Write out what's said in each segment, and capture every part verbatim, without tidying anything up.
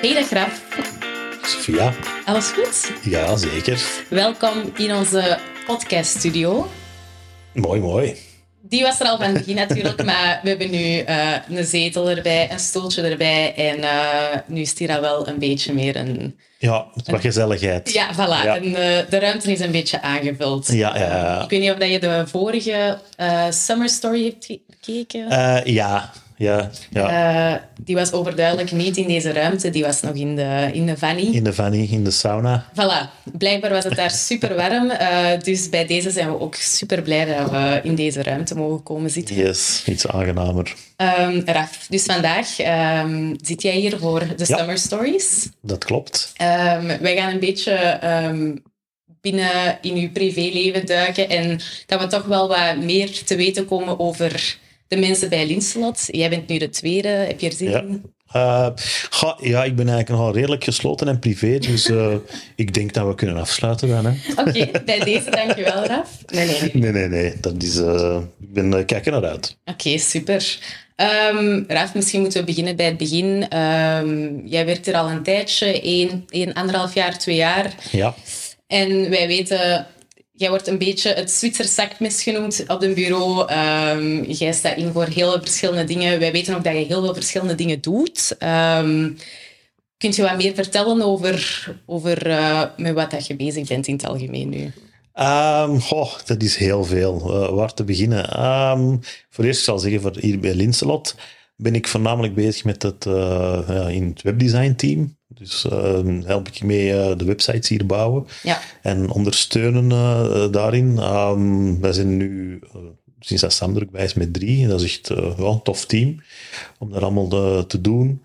Hey, dag Raf. Sophia. Alles goed? Ja, zeker. Welkom in onze podcaststudio. Mooi, mooi. Die was er al van het begin natuurlijk, maar we hebben nu uh, een zetel erbij, een stoeltje erbij en uh, nu is het hier al wel een beetje meer een... Ja, het wat gezelligheid. Ja, voilà. Ja. En, uh, de ruimte is een beetje aangevuld. Ja, ja, ja. Ik weet niet of je de vorige uh, Summer Story hebt gekeken. Uh, ja, ja, ja. Uh, die was overduidelijk niet in deze ruimte, die was nog in de, in de Vanny. In de Vanny, in de sauna. Voilà, blijkbaar was het daar super warm. Uh, dus bij deze zijn we ook super blij dat we in deze ruimte mogen komen zitten. Yes, iets aangenamer. Um, Raf, dus vandaag um, zit jij hier voor de Ja. Summer Stories. Dat klopt. Um, wij gaan een beetje um, binnen in uw privéleven duiken en dat we toch wel wat meer te weten komen over de mensen bij Linselot. Jij bent nu de tweede, heb je er zin Ja. in? Uh, ga, ja, ik ben eigenlijk nogal redelijk gesloten en privé, dus uh, ik denk dat we kunnen afsluiten dan. Oké, okay, bij deze dankjewel, Raf. Nee, nee, nee. Nee, nee, nee. Dat is, uh, ik ben uh, kijk er naar uit. Oké, okay, super. Um, Raf, misschien moeten we beginnen bij het begin. Um, jij werkt er al een tijdje, één, één, anderhalf jaar, twee jaar. Ja. En wij weten, jij wordt een beetje het Zwitser zakmes genoemd op het bureau. Um, jij staat in voor heel veel verschillende dingen. Wij weten ook dat je heel veel verschillende dingen doet. Um, kunt je wat meer vertellen over, over uh, met wat dat je bezig bent in het algemeen nu? Um, goh, dat is heel veel. Uh, waar te beginnen? Um, voor eerst, ik zal zeggen, voor hier bij Linselot ben ik voornamelijk bezig met het, uh, ja, in het webdesign team. Dus uh, help ik mee uh, de websites hier bouwen ja. en ondersteunen uh, daarin. Um, wij zijn nu, uh, sinds dat Sam er ook bij is, met drie. En dat is echt uh, wel een tof team om dat allemaal de, te doen.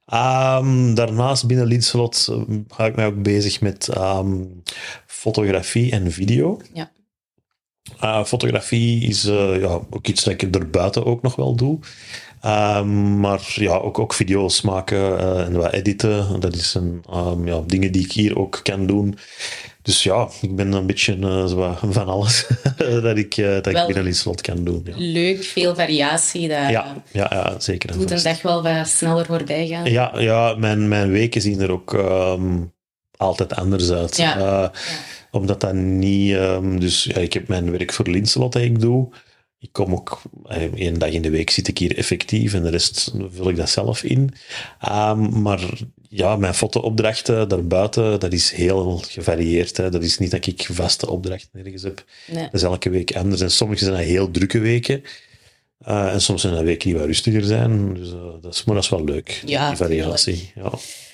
Um, daarnaast binnen Linselot uh, ga ik mij ook bezig met um, fotografie en video. Ja. Uh, fotografie is uh, ja, ook iets dat ik erbuiten ook nog wel doe. Um, maar ja, ook, ook video's maken uh, en wat editen. Dat is een, um, ja, dingen die ik hier ook kan doen. Dus ja, ik ben een beetje uh, zo van alles dat ik, uh, dat ik binnen Linselot kan doen. Ja. Leuk, veel variatie. Dat ja, ja, ja, zeker. Moet een dag wel wat sneller voorbij gaan. Ja, ja mijn, mijn weken zien er ook um, altijd anders uit. Ja. Uh, ja. Omdat dat niet... Um, dus ja, ik heb mijn werk voor Linselot dat ik doe. Ik kom ook... Één dag in de week zit ik hier effectief en de rest vul ik dat zelf in. Um, maar ja, mijn fotoopdrachten daarbuiten, dat is heel gevarieerd. Hè. Dat is niet dat ik vaste opdrachten ergens heb. Nee. Dat is elke week anders. En sommige zijn dat heel drukke weken. Uh, en soms zijn dat weken die wat rustiger zijn. Dus uh, dat, is, maar dat is wel leuk, ja, die variatie. Ja.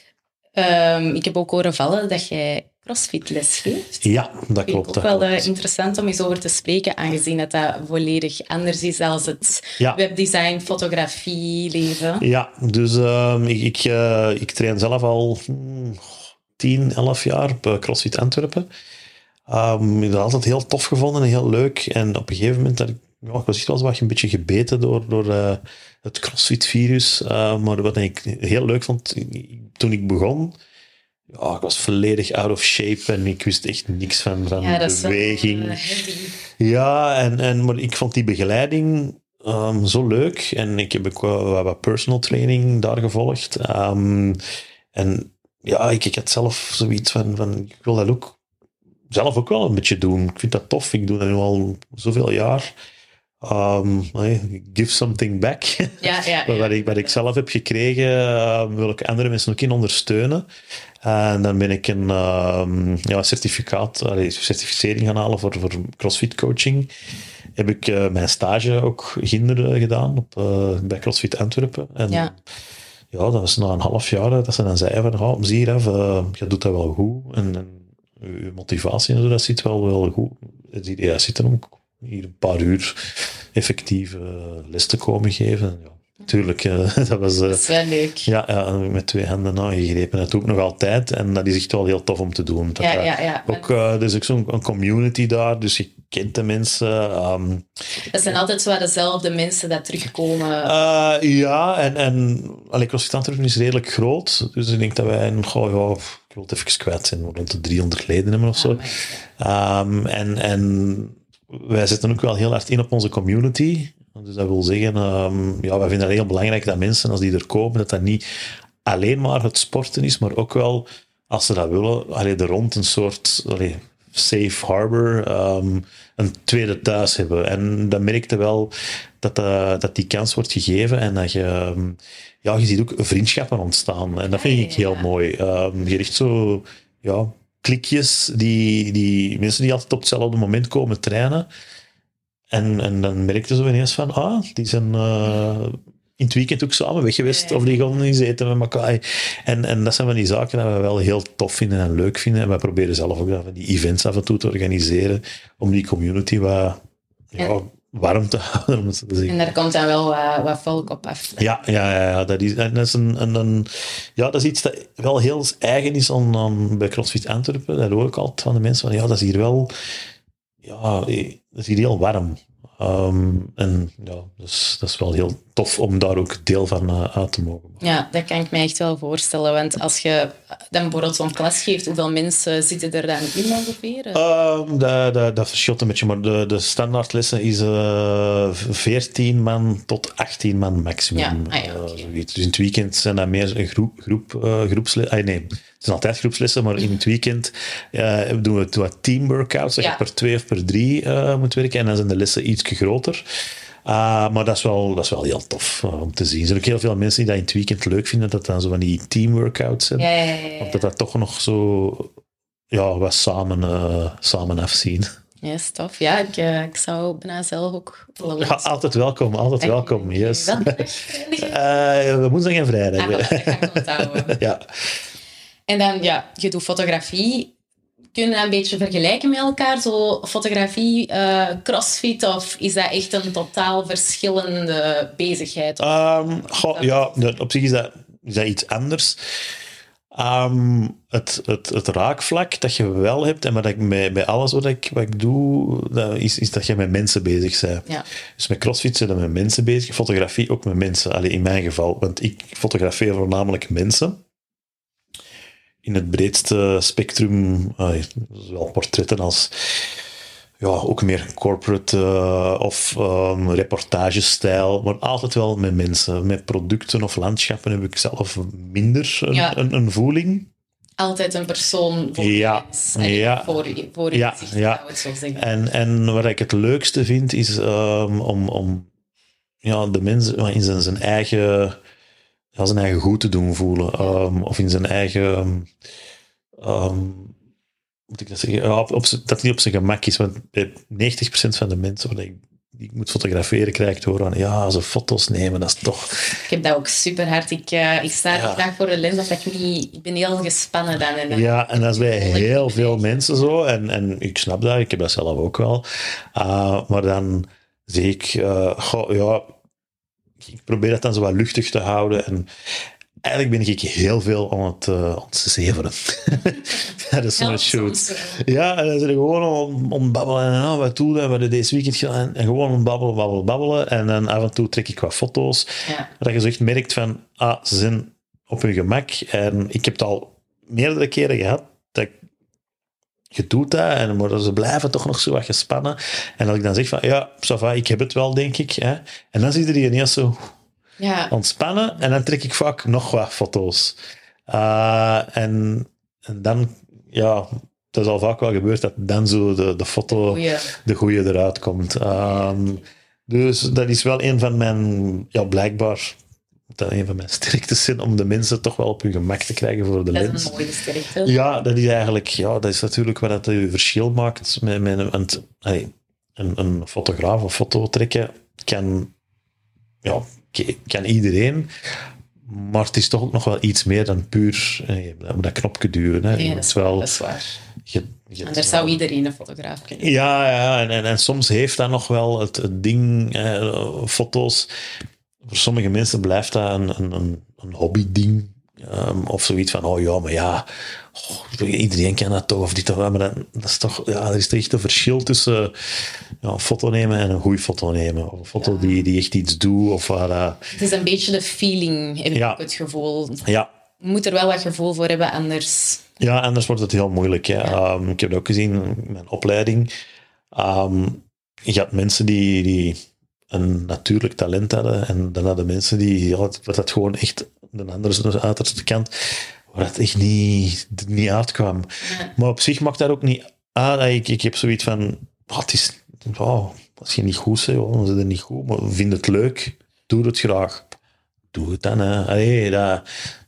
Um, ik heb ook horen vallen dat jij CrossFit-les geeft. Ja, dat klopt. Vind ik ook dat wel klopt. Uh, interessant om eens over te spreken, aangezien dat dat volledig anders is dan het ja. webdesign, fotografie, leven. Ja, dus uh, ik, ik, uh, ik train zelf al hmm, tien, elf jaar op uh, CrossFit Antwerpen. Um, ik heb dat altijd heel tof gevonden en heel leuk. En op een gegeven moment, dat ik, ja, ik was echt wel eens een beetje gebeten door, door uh, het CrossFit-virus. Uh, maar wat ik heel leuk vond, toen ik begon... Ja, ik was volledig out of shape en ik wist echt niks van, van ja, dat beweging. Is wel, uh, ja, en, en, maar ik vond die begeleiding um, zo leuk. En ik heb ook wel wat personal training daar gevolgd. Um, en ja, ik, ik had zelf zoiets van, van, ik wil dat ook zelf ook wel een beetje doen. Ik vind dat tof. Ik doe dat nu al zoveel jaar. Um, give something back. Ja, ja, ja. wat, ik, wat ik zelf heb gekregen, uh, wil ik andere mensen ook in ondersteunen. En dan ben ik een um, ja, certificaat, allee, certificering gaan halen voor, voor CrossFit coaching. Heb ik uh, mijn stage ook ginder gedaan op, uh, bij CrossFit Antwerpen. En ja. ja, dat was na een half jaar dat ze dan zeiden van, oh, zie je af, uh, je doet dat wel goed. En, en je motivatie en zo, dat zit wel, wel goed. Ja, zit er ook hier een paar uur effectief uh, les te komen geven. Ja. Tuurlijk, uh, dat was... Uh, dat is wel leuk. Ja, ja, met twee handen aangegrepen. Dat doe ik nog altijd. En dat is echt wel heel tof om te doen. Dat, ja, ja, ja. Ook, uh, er is ook zo'n een community daar, dus je kent de mensen. Um, dat zijn altijd zo dezelfde mensen die terugkomen. Uh, ja, en, en allee, CrossFit Antwerpen is redelijk groot. Dus ik denk dat wij nog... Oh, ja, ik wil het even kwijt zijn, rond de driehonderd leden hebben of zo. Ja, um, en, en wij zetten ook wel heel hard in op onze community. Dus dat wil zeggen, um, ja, wij vinden het heel belangrijk dat mensen, als die er komen, dat dat niet alleen maar het sporten is, maar ook wel, als ze dat willen, allee, er rond een soort allee, safe harbor, um, een tweede thuis hebben. En dan merkte wel dat, uh, dat die kans wordt gegeven en dat je, um, ja, je ziet ook vriendschappen ontstaan. En dat vind ik heel mooi. Um, je echt zo, ja, klikjes, die, die mensen die altijd op hetzelfde moment komen trainen. En, en dan merkte ze ineens van, ah, die zijn uh, in het weekend ook samen weg geweest, ja, of die gaan eens eten met elkaar. En, en dat zijn van die zaken die we wel heel tof vinden en leuk vinden. En wij proberen zelf ook van die events af en toe te organiseren, om die community wat, ja, ja, warm te houden, om het zo te zeggen. En daar komt dan wel wat, wat volk op af. Ja, ja, ja, ja, dat is, en dat is, een, een, een, ja, dat is iets dat wel heel eigen is aan, aan, bij CrossFit Antwerpen. Dat hoor ik altijd van de mensen, van ja, dat is hier wel, ja, dat is hier heel warm. Um, en ja, dus, dat is wel heel tof om daar ook deel van uh, uit te mogen. Ja, dat kan ik me echt wel voorstellen. Want als je dan bijvoorbeeld zo'n klas geeft, hoeveel mensen zitten er dan in ongeveer? Um, dat, dat, dat verschilt een beetje, maar de, de standaardlessen is uh, veertien man tot achttien man maximum. Ja, ah, ja, okay. uh, dus in het weekend zijn dat meer een groep, groep, uh, groepslessen. Ah, nee, het zijn altijd groepslessen, maar in het weekend uh, doen we wat teamworkouts, dat ja. je per twee of per drie uh, moet werken. En dan zijn de lessen iets groter. Uh, maar dat is, wel, dat is wel heel tof uh, om te zien. Er zijn ook heel veel mensen die dat in het weekend leuk vinden, dat dan zo van die teamworkouts zijn. Ja, ja, ja, ja. Omdat dat toch nog zo, ja, wat samen, uh, samen afzien. Ja, yes, tof. Ja, ik, uh, ik zou bijna zelf ook... Ja, altijd welkom, altijd Dank welkom. Je. Yes. uh, woensdag en vrijdag. Ah, dat ga ik onthouden. Ja. En dan, ja, je doet fotografie. Kun je dat een beetje vergelijken met elkaar? Zo fotografie, uh, crossfit, of is dat echt een totaal verschillende bezigheid? Um, goh, ja, op zich is dat, is dat iets anders. Um, het, het, het raakvlak dat je wel hebt, en wat ik bij, bij alles wat ik, wat ik doe, dat is, is dat je met mensen bezig bent. Ja. Dus met CrossFit zijn we met mensen bezig, fotografie ook met mensen. Allee, in mijn geval, want ik fotografeer voornamelijk mensen. In het breedste spectrum, uh, zowel portretten als ja, ook meer corporate uh, of um, reportagestijl, maar altijd wel met mensen. Met producten of landschappen heb ik zelf minder een, ja. een, een voeling. Altijd een persoon voor ja, je ja, voor, voor je ja, gezicht, ja. zou het zo zeggen. En, en wat ik het leukste vind, is um, om, om ja, de mensen in zijn, zijn eigen... Ja, zijn eigen goed te doen voelen. Um, of in zijn eigen... Um, moet ik dat zeggen? Ja, op, op, dat het niet op zijn gemak is. Want negentig procent van de mensen die ik, die ik moet fotograferen, krijg ik te horen van ja, ze foto's nemen, dat is toch... Ik heb dat ook super hard. Ik, uh, ik sta ja. graag voor de lens, of ik, niet, ik ben heel gespannen dan. En dan ja, en dat is bij heel veel mensen zo. En, en ik snap dat, ik heb dat zelf ook wel. Uh, maar dan zie ik... Uh, goh, ja... Ik probeer dat dan zo wat luchtig te houden. En eigenlijk ben ik heel veel aan het, uh, aan het zeveren. Dat is zo'n shoot. Ja, en dan zit ik gewoon om, om babbelen. En oh, wat doen we? We hebben deze weekend gedaan. En gewoon om babbelen, babbelen, babbelen. En dan af en toe trek ik wat foto's. Ja. Dat je zo echt merkt van, ah, ze zijn op hun gemak. En ik heb het al meerdere keren gehad. Dat ik, je doet dat, en, maar ze blijven toch nog zo wat gespannen. En als ik dan zeg van, ja, ça va, ik heb het wel, denk ik. Hè. En dan zie je die ineens zo ja. ontspannen. En dan trek ik vaak nog wat foto's. Uh, en, en dan, ja, dat is al vaak wel gebeurd, dat dan zo de, de foto, de goeie, de goeie eruit komt. Um, dus dat is wel een van mijn, ja, blijkbaar... dat een van mijn sterktes zijn, om de mensen toch wel op hun gemak te krijgen voor de lens. Dat is een mooie sterkte. Ja, dat is eigenlijk, ja, dat is natuurlijk wat het verschil maakt met, met een, een, een fotograaf of foto trekken kan, ja, kan iedereen, maar het is toch ook nog wel iets meer dan puur eh, dat knopje duwen. Hè. Nee, dat is, wel, dat is waar. Je, je Anders zou iedereen een fotograaf kunnen. Ja, ja en, en, en soms heeft dat nog wel het, het ding, eh, foto's. Voor sommige mensen blijft dat een, een, een hobby-ding. Um, of zoiets van, oh ja, maar ja, oh, iedereen kan dat toch, of dit of dat. Maar dat, dat is toch, ja, er is toch echt een verschil tussen ja, een foto nemen en een goede foto nemen. Of een foto ja. die, die echt iets doet. Of waar, uh... Het is een beetje de feeling, heb ja. ik het gevoel. Ja. Je moet er wel wat gevoel voor hebben, anders... Ja, anders wordt het heel moeilijk. Hè. Ja. Um, ik heb dat ook gezien in mijn opleiding. Um, je had mensen die... die een natuurlijk talent hadden. En dan hadden mensen die ja, dat gewoon echt de andere, de uiterste kant, waar het echt niet, niet uitkwam. Ja. Maar op zich maakt dat ook niet uit. Ik, ik heb zoiets van, oh, het is, oh, als je niet goed zit, oh, dan is het niet goed, maar vind het leuk, doe het graag. Doe het dan. Hè. Allee, dat,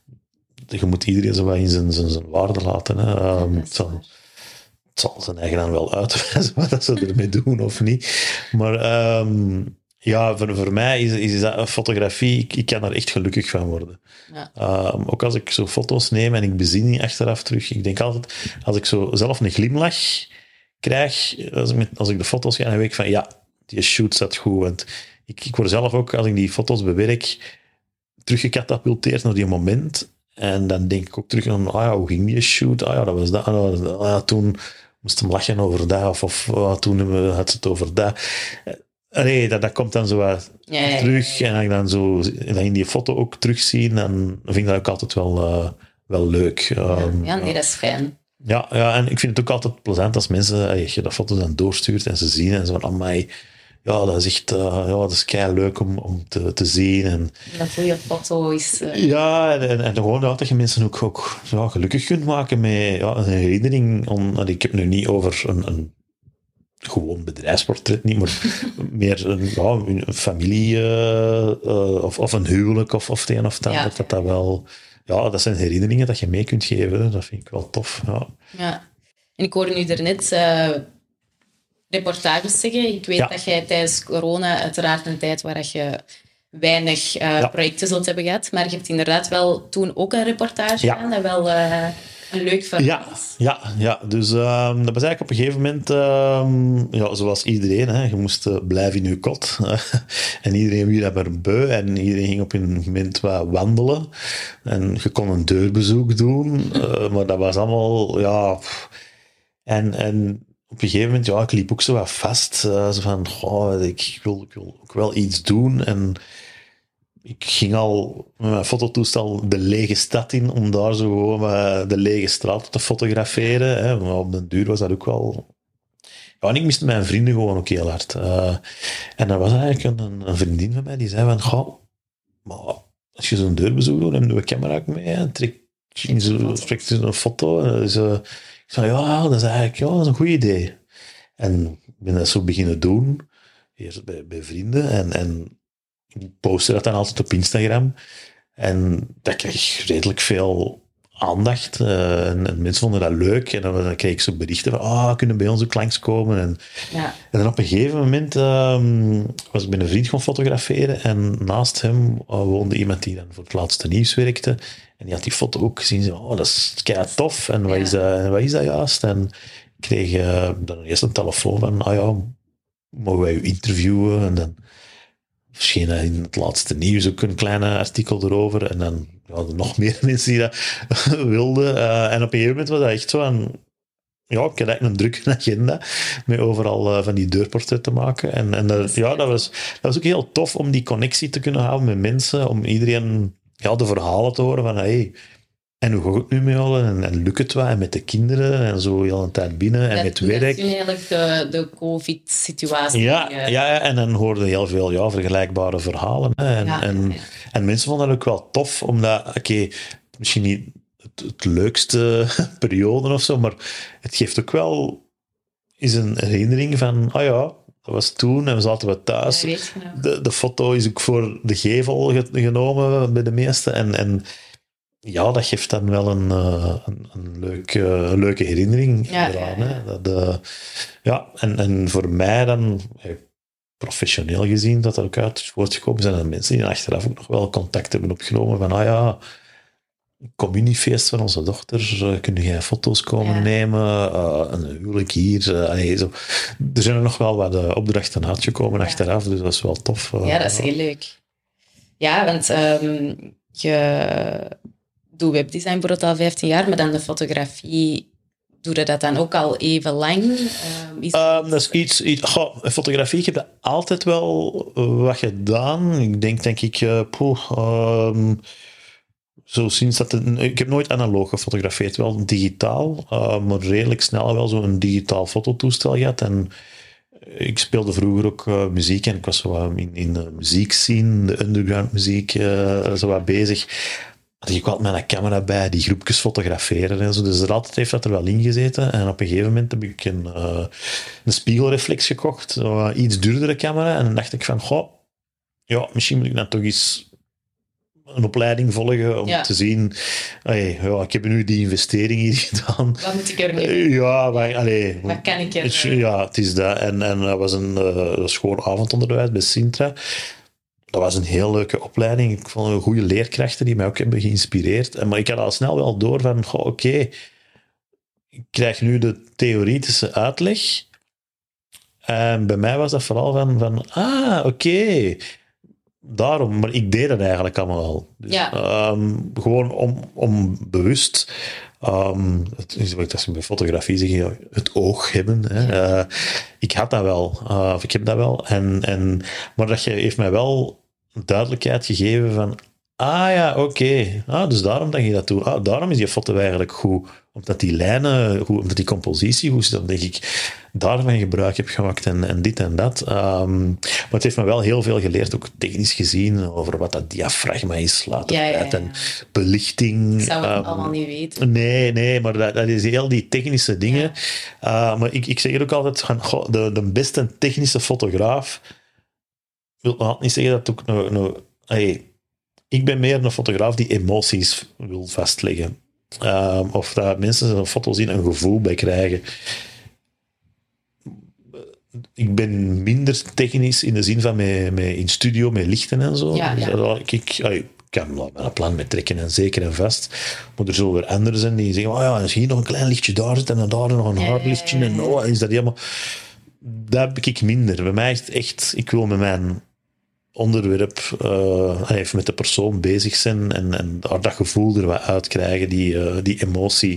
je moet iedereen zo wat in zijn, zijn, zijn waarde laten. Hè. Um, het, zal, het zal zijn eigen dan wel uitwijzen wat ze ermee doen of niet. Maar um, ja, voor, voor mij is, is dat fotografie, ik, ik kan er echt gelukkig van worden. Ja. Um, ook als ik zo foto's neem en ik bezin die achteraf terug, ik denk altijd, als ik zo zelf een glimlach krijg, als ik, met, als ik de foto's ga, dan weet ik van ja, die shoot staat goed. Want ik, ik word zelf ook, als ik die foto's bewerk, teruggecatapulteerd naar die moment. En dan denk ik ook terug aan, ah ja, hoe ging die shoot? Ah ja, dat was dat. Ah, dat was dat. Ah, ja, toen moest hem lachen over dat. Of, of ah, toen had ze het over dat. Nee, dat, dat komt dan zo wat Ja, ja, ja. terug. En als ik dan zo dat in die foto ook terugzie, dan vind ik dat ook altijd wel, uh, wel leuk. Um, Ja, nee, dat is fijn. Ja, ja, en ik vind het ook altijd plezant als mensen, als je dat foto dan doorstuurt en ze zien en zo van, amai, ja, dat is echt, uh, ja, dat is kei leuk om, om te, te zien. En, Een goede foto is... Uh... ja, en, en, en gewoon ja, dat je mensen ook, ook ja, gelukkig kunt maken met ja, een herinnering. Om, ik heb het nu niet over een, een gewoon bedrijfsportret, niet, maar meer een, ja, een familie uh, uh, of, of een huwelijk of, of het een of het ander. Ja. Dat dat wel... Ja, dat zijn herinneringen dat je mee kunt geven. Dat vind ik wel tof. Ja. Ja. En ik hoorde nu daarnet uh, reportages zeggen. Ik weet Ja. dat jij tijdens corona, uiteraard een tijd waar je weinig uh, Ja. projecten zult hebben gehad, maar je hebt inderdaad wel toen ook een reportage Ja. gedaan, dat wel uh, een leuk verhaal Ja, is. ja, ja. Dus um, dat was eigenlijk op een gegeven moment, um, ja, zoals iedereen, hè, je moest uh, blijven in je kot. En iedereen weer dat maar beu. En iedereen ging op een moment wat wandelen. En je kon een deurbezoek doen. Uh, maar dat was allemaal, ja... Pff. En, en op een gegeven moment, ja, ik liep ook zo wat vast. Uh, zo van, oh, ik, wil, ik wil ook wel iets doen. En ik ging al met mijn fototoestel de lege stad in om daar zo gewoon uh, de lege straat te fotograferen. Hè. Maar op den duur was dat ook wel... Ja, en ik miste mijn vrienden gewoon ook heel hard. Uh, en er was eigenlijk een, een vriendin van mij die zei van, goh, maar als je zo'n deurbezoek doet, neem je een camera ook mee en trek je zo, trek je een foto. En dus, uh, ik zei, ja, dat is eigenlijk ja, dat is een goed idee. En ik ben dat zo beginnen doen, eerst bij, bij vrienden en... en ik postte dat dan altijd op Instagram. En dat kreeg redelijk veel aandacht. Uh, en, en mensen vonden dat leuk. En dan, dan kreeg ik zo berichten van, ah, oh, kunnen bij ons ook langskomen. En, Ja. en dan op een gegeven moment um, was ik bij een vriend gaan fotograferen. En naast hem uh, woonde iemand die dan voor het laatste nieuws werkte. En die had die foto ook gezien. Zo, oh, dat is kei tof. En wat, Ja. is dat, en wat is dat juist? En ik kreeg uh, dan eerst een telefoon van, ah ja, mogen wij u interviewen? En dan verscheen in het laatste nieuws ook een klein artikel erover. En dan ja, er nog meer mensen die dat wilden. Uh, en op een gegeven moment was dat echt zo aan... Ja, ik had eigenlijk een drukke agenda met overal uh, van die deurportretten te maken. En, en dat, ja, dat was, dat was ook heel tof om die connectie te kunnen houden met mensen. Om iedereen ja, de verhalen te horen van... Hey, en hoe gaat het nu met allen? En, en lukt het wel? En met de kinderen? En zo heel een tijd binnen. En Dat- met dat is werk. toen eigenlijk de, de covid-situatie. Ja, eh, ja, en dan hoorde je heel veel ja, vergelijkbare verhalen. Hè. En, Ja, en, ja. en mensen vonden dat ook wel tof, omdat, oké, okay, misschien niet het, het leukste periode of zo, maar het geeft ook wel eens een herinnering van, ah ja, dat was toen en we zaten we thuis. Ja, weet je nog. De, de foto is ook voor de gevel ge- genomen bij de meesten. En, en ja, dat geeft dan wel een, uh, een, een, leuke, een leuke herinnering Ja, eraan. ja, ja. Hè. Dat, uh, ja, en, en voor mij dan, eh, professioneel gezien, dat er ook uit is voortgekomen, zijn er mensen die achteraf ook nog wel contact hebben opgenomen van, ah ja, communiefeest van onze dochter, uh, kun jij foto's komen Ja. nemen, uh, een huwelijk hier. Uh, allee, zo. Er zijn er nog wel wat uh, opdrachten uitgekomen Ja. achteraf, dus dat is wel tof. Uh, Ja, dat is heel leuk. Ja, want um, je doet webdesign bijvoorbeeld al vijftien jaar, maar dan de fotografie, doe je dat dan ook al even lang? Um, is Um, dat is iets... iets goh, fotografie, ik heb dat altijd wel wat gedaan. Ik denk, denk ik... Uh, poeh, um, zo sinds dat... Het, ik heb nooit analoog gefotografeerd, wel digitaal, uh, maar redelijk snel wel zo'n digitaal fototoestel gehad. En ik speelde vroeger ook uh, muziek en ik was zo uh, in, in de muziekscene, de underground muziek, uh, zo wat bezig. had ik wel mijn camera bij, die groepjes fotograferen en zo. Dus er altijd heeft dat er wel in gezeten. En op een gegeven moment heb ik een, uh, een spiegelreflex gekocht. Een iets duurdere camera. En dan dacht ik van, goh, ja, misschien moet ik dan toch eens een opleiding volgen om ja. te zien... Allee, ja, ik heb nu die investering hier gedaan. Wat moet ik er nu? Ja, maar... Allee, Wat kan ik er? Het, ja, het is dat. En, en dat was een, uh, dat was gewoon avondonderwijs bij Sintra. Dat was een heel leuke opleiding. Ik vond een goede leerkrachten die mij ook hebben geïnspireerd. En, maar ik had al snel wel door van, oké, okay, ik krijg nu de theoretische uitleg. En bij mij was dat vooral van, van ah, oké, okay, daarom. Maar ik deed het eigenlijk allemaal al. Dus, ja. um, gewoon om, om bewust... Um, het is wat ik bij fotografie zeg, het oog hebben. Hè. Ja. Uh, ik had dat wel, uh, of ik heb dat wel. En, en, maar dat heeft mij wel duidelijkheid gegeven van, ah ja, oké, okay. ah, dus daarom dat je dat doet. Ah, daarom is die foto eigenlijk goed. Omdat die lijnen, goed, omdat die compositie goed is, dan denk ik, daarvan gebruik heb gemaakt en, en dit en dat. Um, maar het heeft me wel heel veel geleerd, ook technisch gezien, over wat dat diafragma is, later ja, ja, ja. en belichting. Ik zou het um, allemaal niet weten. Nee, nee, maar dat, dat is heel die technische dingen. Ja. Uh, maar ik, ik zeg het ook altijd, van, goh, de, de beste technische fotograaf wil nog niet zeggen dat ook nog... nog hey, ik ben meer een fotograaf die emoties wil vastleggen. Um, of dat mensen een foto zien en een gevoel bij krijgen. Ik ben minder technisch in de zin van met, met in studio, met lichten en zo. Ja, ja. Dus, ik, ik, ik kan wel een plan met trekken en zeker en vast. Maar er zullen weer anderen zijn die zeggen, oh ja, als hier nog een klein lichtje daar zit en dan daar nog een ja, hard lichtje en oh, is dat helemaal... Dat heb ik minder. Bij mij is het echt, ik wil met mijn onderwerp uh, even met de persoon bezig zijn en, en dat gevoel er wat uitkrijgen, die, uh, die emotie.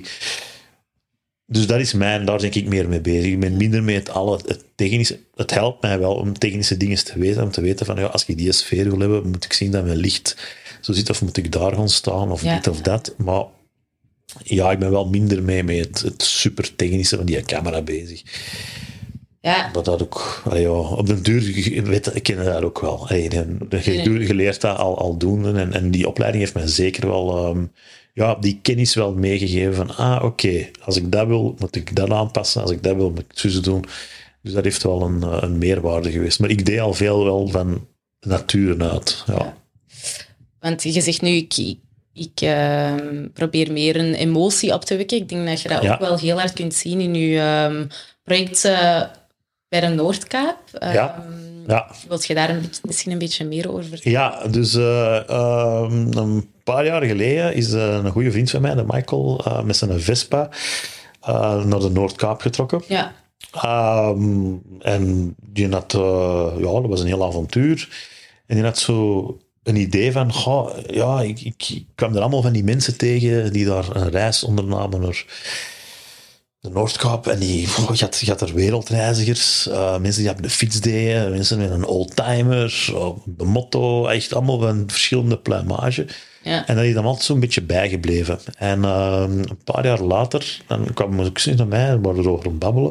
Dus dat is mijn, daar denk ik meer mee bezig. Ik ben minder met het, alle, het technische. Het helpt mij wel om technische dingen te weten, om te weten van, ja, als ik die sfeer wil hebben, moet ik zien dat mijn licht zo zit, of moet ik daar gaan staan, of ja. dit of dat. Maar ja, ik ben wel minder mee met het, het super technische van die camera bezig. Ja. Dat dat ook, allee, ja, op den duur, weet, ik ken dat ook wel. Allee, je, je leert dat al, al doen en, en die opleiding heeft mij zeker wel um, ja, die kennis wel meegegeven van, ah, oké, okay, als ik dat wil, moet ik dat aanpassen, als ik dat wil, moet ik het zo doen. Dus dat heeft wel een, een meerwaarde geweest. Maar ik deed al veel wel van nature uit. Ja. Ja. Want je zegt nu, ik, ik uh, probeer meer een emotie op te wekken. Ik denk dat je dat ja. ook wel heel hard kunt zien in je um, project... Uh, bij de Noordkaap. Uh, ja. ja. Wilt je daar een beetje, misschien een beetje meer over vertellen? Ja, dus uh, um, een paar jaar geleden is uh, een goede vriend van mij, de Michael, uh, met zijn Vespa uh, naar de Noordkaap getrokken. Ja. Um, en die had, uh, ja, dat was een heel avontuur. En die had zo een idee van, goh, ja, ik, ik, ik kwam er allemaal van die mensen tegen die daar een reis ondernamen naar de Noordkaap. En die, oh, je, had, je had er wereldreizigers, uh, mensen die op de fiets deden, mensen met een oldtimer, op de motto, echt allemaal van verschillende pluimage. Ja. En dat is dan altijd zo'n beetje bijgebleven. En uh, een paar jaar later, dan kwam ook eens naar mij, waar we erover babbelen.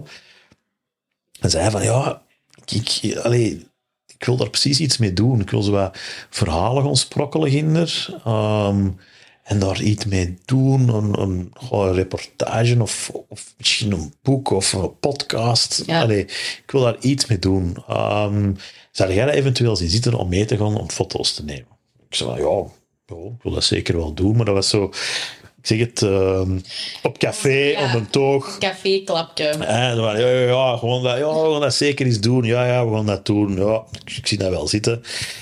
En zei van, ja, ik, ik, allee, ik wil daar precies iets mee doen. Ik wil zo wat verhalen gaan sprokkelen ginder. Um, en daar iets mee doen. Een, een, een reportage of, of misschien een boek of een podcast. Ja. Allee, ik wil daar iets mee doen. Um, zou jij dat eventueel zien zitten om mee te gaan om foto's te nemen? Ik zei, ja, ja, ik wil dat zeker wel doen. Maar dat was zo... Ik zeg het, uh, op café, ja, op een toog. Café-klapje. En dan, ja, ja, ja, gewoon dat, ja, we gaan dat zeker eens doen. Ja, ja, we gaan dat doen. Ja, ik, ik zie dat wel zitten.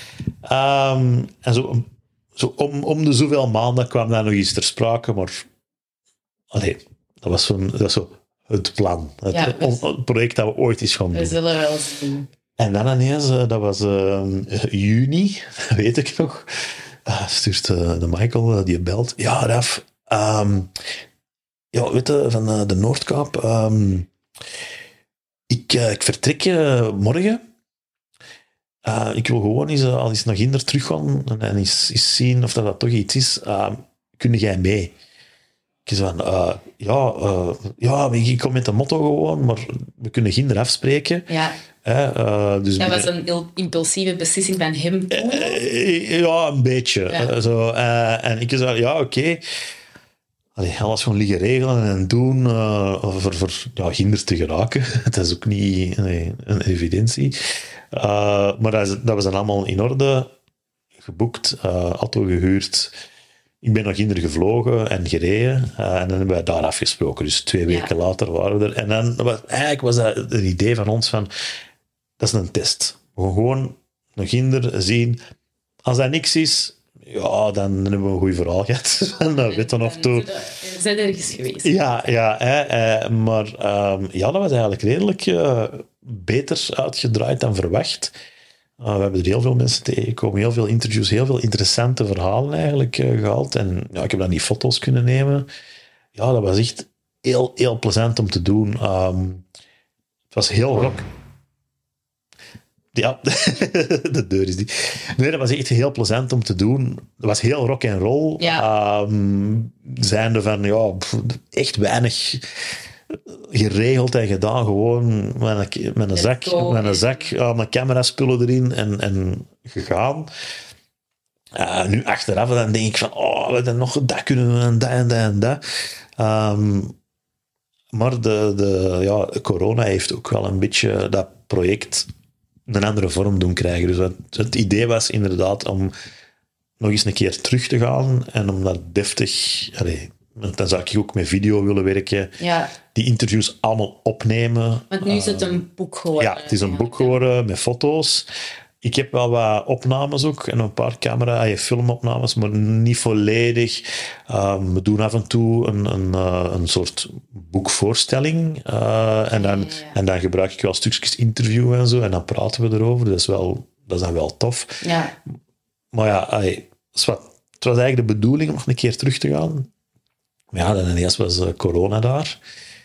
Um, en zo, zo om, om de zoveel maanden kwam dat nog eens ter sprake, maar allee, dat was, zo'n, dat was zo het plan. Het, ja, we, het project dat we ooit eens gaan doen. We zullen wel zien. En dan ineens, dat was uh, juni, dat weet ik nog. Uh, stuurt uh, de Michael, uh, die belt. Ja, Raf... Um, ja, weet je, van uh, de Noordkaap. Um, ik, uh, ik vertrek uh, morgen. Uh, ik wil gewoon eens, uh, al eens naar Ginder teruggaan en, en eens, eens zien of dat, dat toch iets is. Uh, kun jij mee? Ik zei van, uh, ja, uh, ja, ik kom met de motto gewoon, maar we kunnen ginder afspreken. Ja. Hè, uh, dus dat binnen... was een heel impulsieve beslissing van hem toen? Uh, ja, een beetje. Ja. Uh, zo, uh, en ik zei, ja, oké. Okay. Allee, alles gewoon liggen regelen en doen uh, voor, voor ja, ginder te geraken. Dat is ook niet nee, een evidentie. Uh, maar dat, is, dat was dan allemaal in orde. Geboekt, uh, auto gehuurd. Ik ben nog ginder gevlogen en gereden. Uh, en dan hebben wij daar afgesproken. Dus twee weken ja. later waren we er. En dan was, eigenlijk was dat het idee van ons van... Dat is een test. We gaan gewoon nog ginder zien. Als dat niks is... Ja, dan hebben we een goed verhaal gehad. Dat weet dan nog toe. We zijn ergens geweest. Ja, ja hè, eh, maar um, ja, dat was eigenlijk redelijk uh, beter uitgedraaid dan verwacht. Uh, we hebben er heel veel mensen tegengekomen, heel veel interviews, heel veel interessante verhalen eigenlijk uh, gehaald. En ja, ik heb dan die foto's kunnen nemen. Ja, dat was echt heel, heel plezant om te doen. Um, het was heel rock. Ja, de deur is die. Nee, dat was echt heel plezant om te doen. Dat was heel rock and roll. Ja. Um, zijnde van, ja, echt weinig geregeld en gedaan. Gewoon met een, met een zak, met een zak, ja, met cameraspullen erin en, en gegaan. Uh, nu achteraf dan denk ik van, oh, we hebben nog dat kunnen we en dat en dat en dat. Um, maar de, de, ja, corona heeft ook wel een beetje dat project een andere vorm doen krijgen. Dus het, het idee was inderdaad om nog eens een keer terug te gaan en om dat deftig... Allez, dan zou ik ook met video willen werken. Ja. Die interviews allemaal opnemen. Want nu is het een boek geworden. Ja, het is een boek geworden met foto's. Ik heb wel wat opnames ook en een paar camera, je filmopnames, maar niet volledig. Um, we doen af en toe een, een, uh, een soort boekvoorstelling. Uh, en, dan, ja, ja, ja. en dan gebruik ik wel stukjes interview en zo. En dan praten we erover. Dat is, wel, dat is dan wel tof. Ja. Maar ja, ay, het was eigenlijk de bedoeling om nog een keer terug te gaan. Maar ja, dan ineens was uh, corona daar.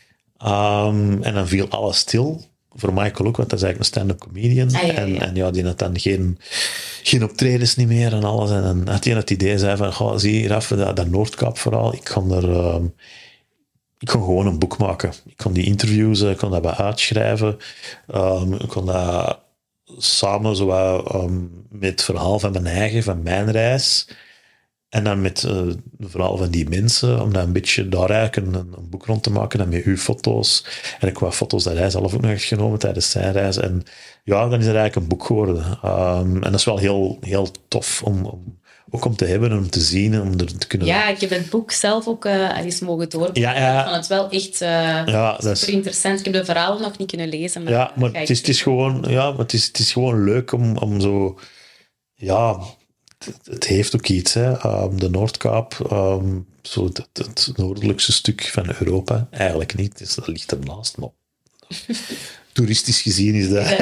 Um, en dan viel alles stil. Voor Michael ook, want dat is eigenlijk een stand-up comedian. Ah, ja, ja. En, en ja, die had dan geen, geen optredens niet meer en alles. En dan had hij het idee, zei van, goh, zie hier af, dat, dat Noordkaap-verhaal, ik kan er... Um, ik kon gewoon een boek maken. Ik kon die interviews, ik kon dat wat uitschrijven. Um, ik kon dat samen zo wat, um, met het verhaal van mijn eigen, van mijn reis... En dan met uh, het verhaal van die mensen, om dan een beetje daar eigenlijk een, een boek rond te maken, dan met uw foto's. En ik wat foto's dat hij zelf ook nog heeft genomen tijdens zijn reis. En ja, dan is het eigenlijk een boek geworden. Um, en dat is wel heel, heel tof om, om, ook om te hebben en om te zien en om er te kunnen... Ja, ik heb het boek zelf ook uh, eens mogen doorbrengen. Ja, ja. Ik vond het wel echt uh, ja, super is... interessant. Ik heb de verhalen nog niet kunnen lezen. Maar ja, maar het is, het is gewoon, ja, maar het is, het is gewoon leuk om, om zo... Ja... Het heeft ook iets, hè. Um, de Noordkaap, um, zo het, het noordelijkste stuk van Europa. Eigenlijk niet, dus dat ligt ernaast, maar toeristisch gezien is dat...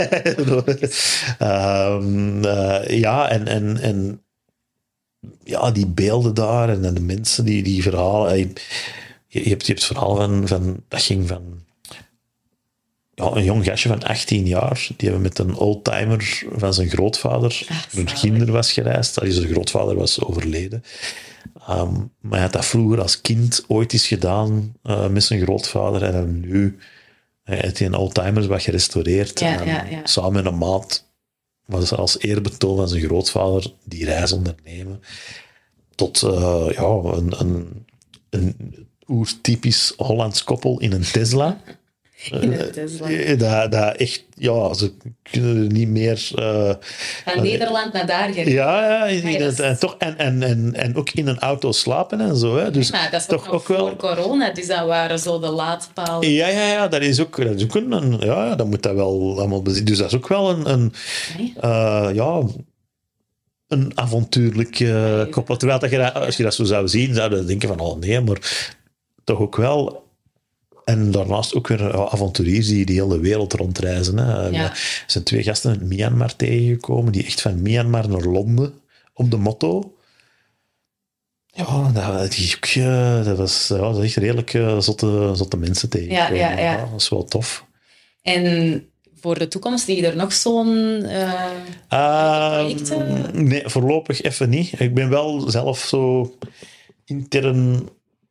um, uh, ja, en, en, en ja, die beelden daar en, en de mensen, die, die verhalen... Je, je, hebt, je hebt het verhaal van, van... Dat ging van... Ja, een jong gastje van achttien jaar, die hebben met een oldtimer van zijn grootvader naar Ginder was gereisd. Allee, zijn grootvader was overleden. Um, maar hij had dat vroeger als kind ooit eens gedaan uh, met zijn grootvader. En dan nu uh, heeft hij een oldtimer wat gerestaureerd. Ja, en ja, ja. Samen met een maat was als eerbetoon van zijn grootvader die reis ondernemen. Tot uh, ja, een, een, een oertypisch Hollands koppel in een Tesla. In een Tesla. Uh, dat, dat echt, ja, ze kunnen er niet meer... Uh, Van uh, Nederland naar daar gaan. Ja, ja in, in het, en, toch, en, en, en, en ook in een auto slapen en zo. Hè. Dus ja, dat is toch ook, ook voor wel... corona, dus dat waren zo de laadpalen. Ja, ja, ja, dat is ook, dat is ook een... een ja, dat moet dat wel allemaal bezien. Dus dat is ook wel een... een nee. uh, ja... Een avontuurlijk uh, koppel. Terwijl dat je, als je dat zo zou zien, zou je denken van, oh nee, maar toch ook wel... En daarnaast ook weer avonturiers die de hele wereld rondreizen. Hè. Ja. Er zijn twee gasten uit Myanmar tegengekomen, die echt van Myanmar naar Londen op de motto. Ja, dat, die, dat, was, ja, dat was echt redelijk uh, zotte, zotte mensen tegengekomen. Ja, ja, ja. Ja, dat is wel tof. En voor de toekomst, zie je er nog zo'n uh, uh, projecten? Nee, voorlopig even niet. Ik ben wel zelf zo intern...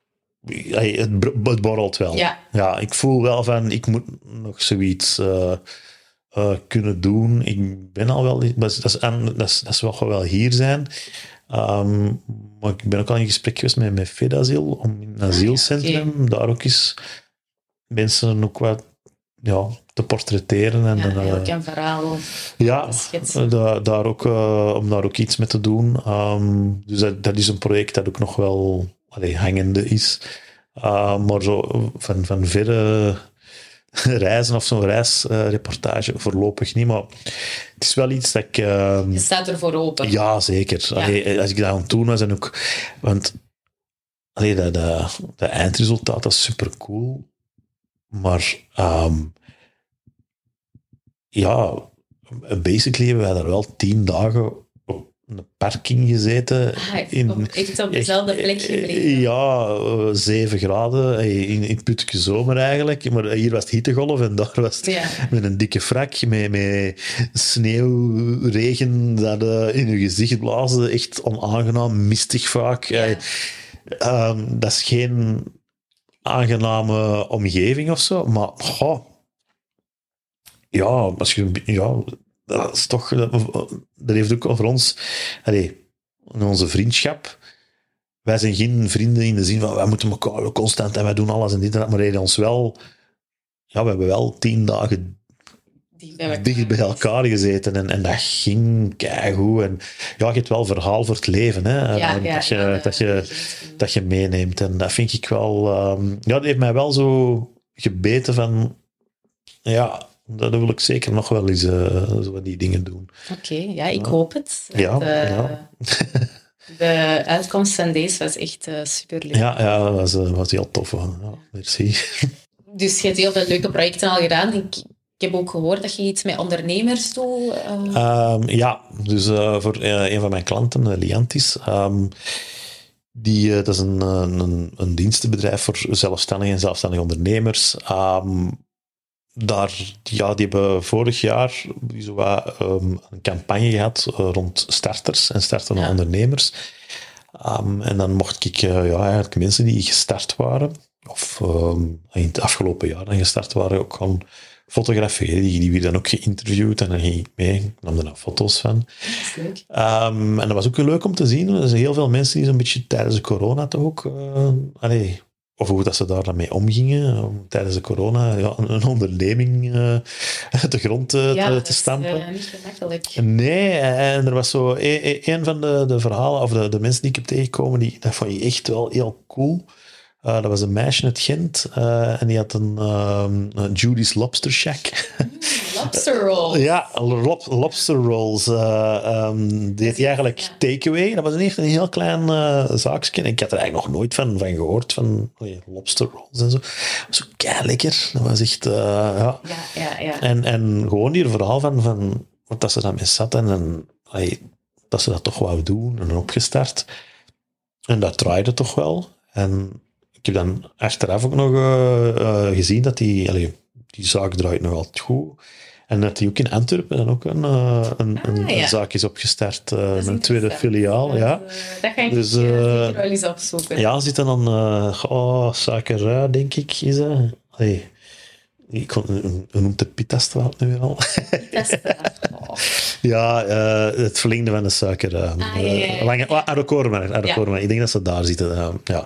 Hey, het, br- het borrelt wel. Ja. ja, ik voel wel van, ik moet nog zoiets uh, uh, kunnen doen. Ik ben al wel... Dat is, dat is, dat is, dat is wel, wel hier zijn. Um, maar ik ben ook al in gesprek geweest met, met Fedasiel, om in een asielcentrum, okay. daar ook eens mensen ook wat ja, te portretteren. En, ja, uh, ook een verhaal. Ja, da, daar ook, uh, om daar ook iets mee te doen. Um, dus dat, dat is een project dat ook nog wel allee, hangende is. Uh, maar zo van, van verre reizen of zo'n reisreportage uh, voorlopig niet. Maar het is wel iets dat ik... Uh, Je staat ervoor open. Ja, zeker. Ja. Allee, als ik dat aan het doen was en ook... Want allee, dat, dat, dat eindresultaat dat is super cool. Maar um, ja, basically hebben wij daar wel tien dagen op een parking gezeten. Ah, in, op, echt op dezelfde plek gebleven. Ja, zeven graden. In, in Putteke zomer eigenlijk. Maar hier was het hittegolf en daar was het ja. met een dikke frak, met, met sneeuw, regen dat uh, in je gezicht blazen. Echt onaangenaam, mistig vaak. Ja. Um, dat is geen aangename omgeving of zo, maar goh, ja, als je, ja, dat is toch, dat, dat heeft ook voor ons, allee, in onze vriendschap, wij zijn geen vrienden in de zin van, wij moeten elkaar constant en wij doen alles en dit en dat, maar wij ons wel, ja, we hebben wel tien dagen bij dicht bij elkaar gezeten en, en dat ging keigoed. En ja, je hebt wel verhaal voor het leven, hè, ja, ja, dat, je, ja, dat, je, dat je meeneemt. En dat vind ik wel... Um, ja, dat heeft mij wel zo gebeten van... Ja, dat wil ik zeker nog wel eens uh, zo van die dingen doen. Oké, okay, ja, ik ja. hoop het. Ja, de, ja. De uitkomst van deze was echt uh, superleuk. Ja, ja, dat was, uh, was heel tof. Ja, merci. Dus je hebt heel veel leuke projecten al gedaan. Ik, Ik heb ook gehoord dat je iets met ondernemers doet. Uh... Um, ja, dus uh, voor uh, een van mijn klanten, uh, Liantis, um, die, uh, dat is een, een, een dienstenbedrijf voor zelfstandige en zelfstandige ondernemers. Um, daar, ja, die hebben vorig jaar zo wat, um, een campagne gehad uh, rond starters en startende ja. ondernemers. Um, en dan mocht ik uh, ja, eigenlijk mensen die gestart waren, of um, in het afgelopen jaar dan gestart waren, ook gewoon fotograferen. Die, die werden dan ook geïnterviewd en dan ging ik mee. Ik nam er dan foto's van. Um, en dat was ook leuk om te zien. Er zijn heel veel mensen die zo'n beetje tijdens de corona toch ook... Uh, allee, of hoe dat ze daar dan mee omgingen. Um, tijdens de corona ja, een, een onderneming uh, uit de grond uh, ja, te, te stampen. Ja, dat is uh, niet gemakkelijk. Nee, en er was zo... Een, een van de, de verhalen, of de, de mensen die ik heb tegengekomen, die, dat vond je echt wel heel cool. Uh, dat was een meisje uit Gent uh, en die had een, um, een Judy's Lobster Shack. Mm, lobster rolls. Ja, lob, lobster rolls. Uh, um, die had hij eigenlijk ja. takeaway. Dat was echt een heel klein uh, zaakje. Ik had er eigenlijk nog nooit van, van gehoord, van oh ja, lobster rolls en zo. Zo kei lekker. Dat was echt... Uh, ja. Ja, ja, ja. En, en gewoon die verhaal van, van wat dat ze daarmee zat en, en allee, dat ze dat toch wou doen en opgestart. En dat draaide toch wel. En ik heb dan achteraf ook nog uh, uh, gezien dat die, allee, die zaak draait nog altijd goed. En dat die ook in Antwerpen dan ook een, uh, een, ah, een, ja. een zaak is opgestart. Uh, met een tweede filiaal. Dat, ja. uh, dat ga ik dus, uh, uh, wel eens opzoeken. Ja, zit dan uh, oh, Suikerui, denk ik, is dat. Allee, ik kon, hoe noemt de Pitastraat nu weer al? Pitastraat. Oh. Ja, uh, het verlengde van de suiker. Uh, ah, ja, ja, ja. Lange, oh, Arocorma, ja. Ik denk dat ze daar zitten. Uh, ja.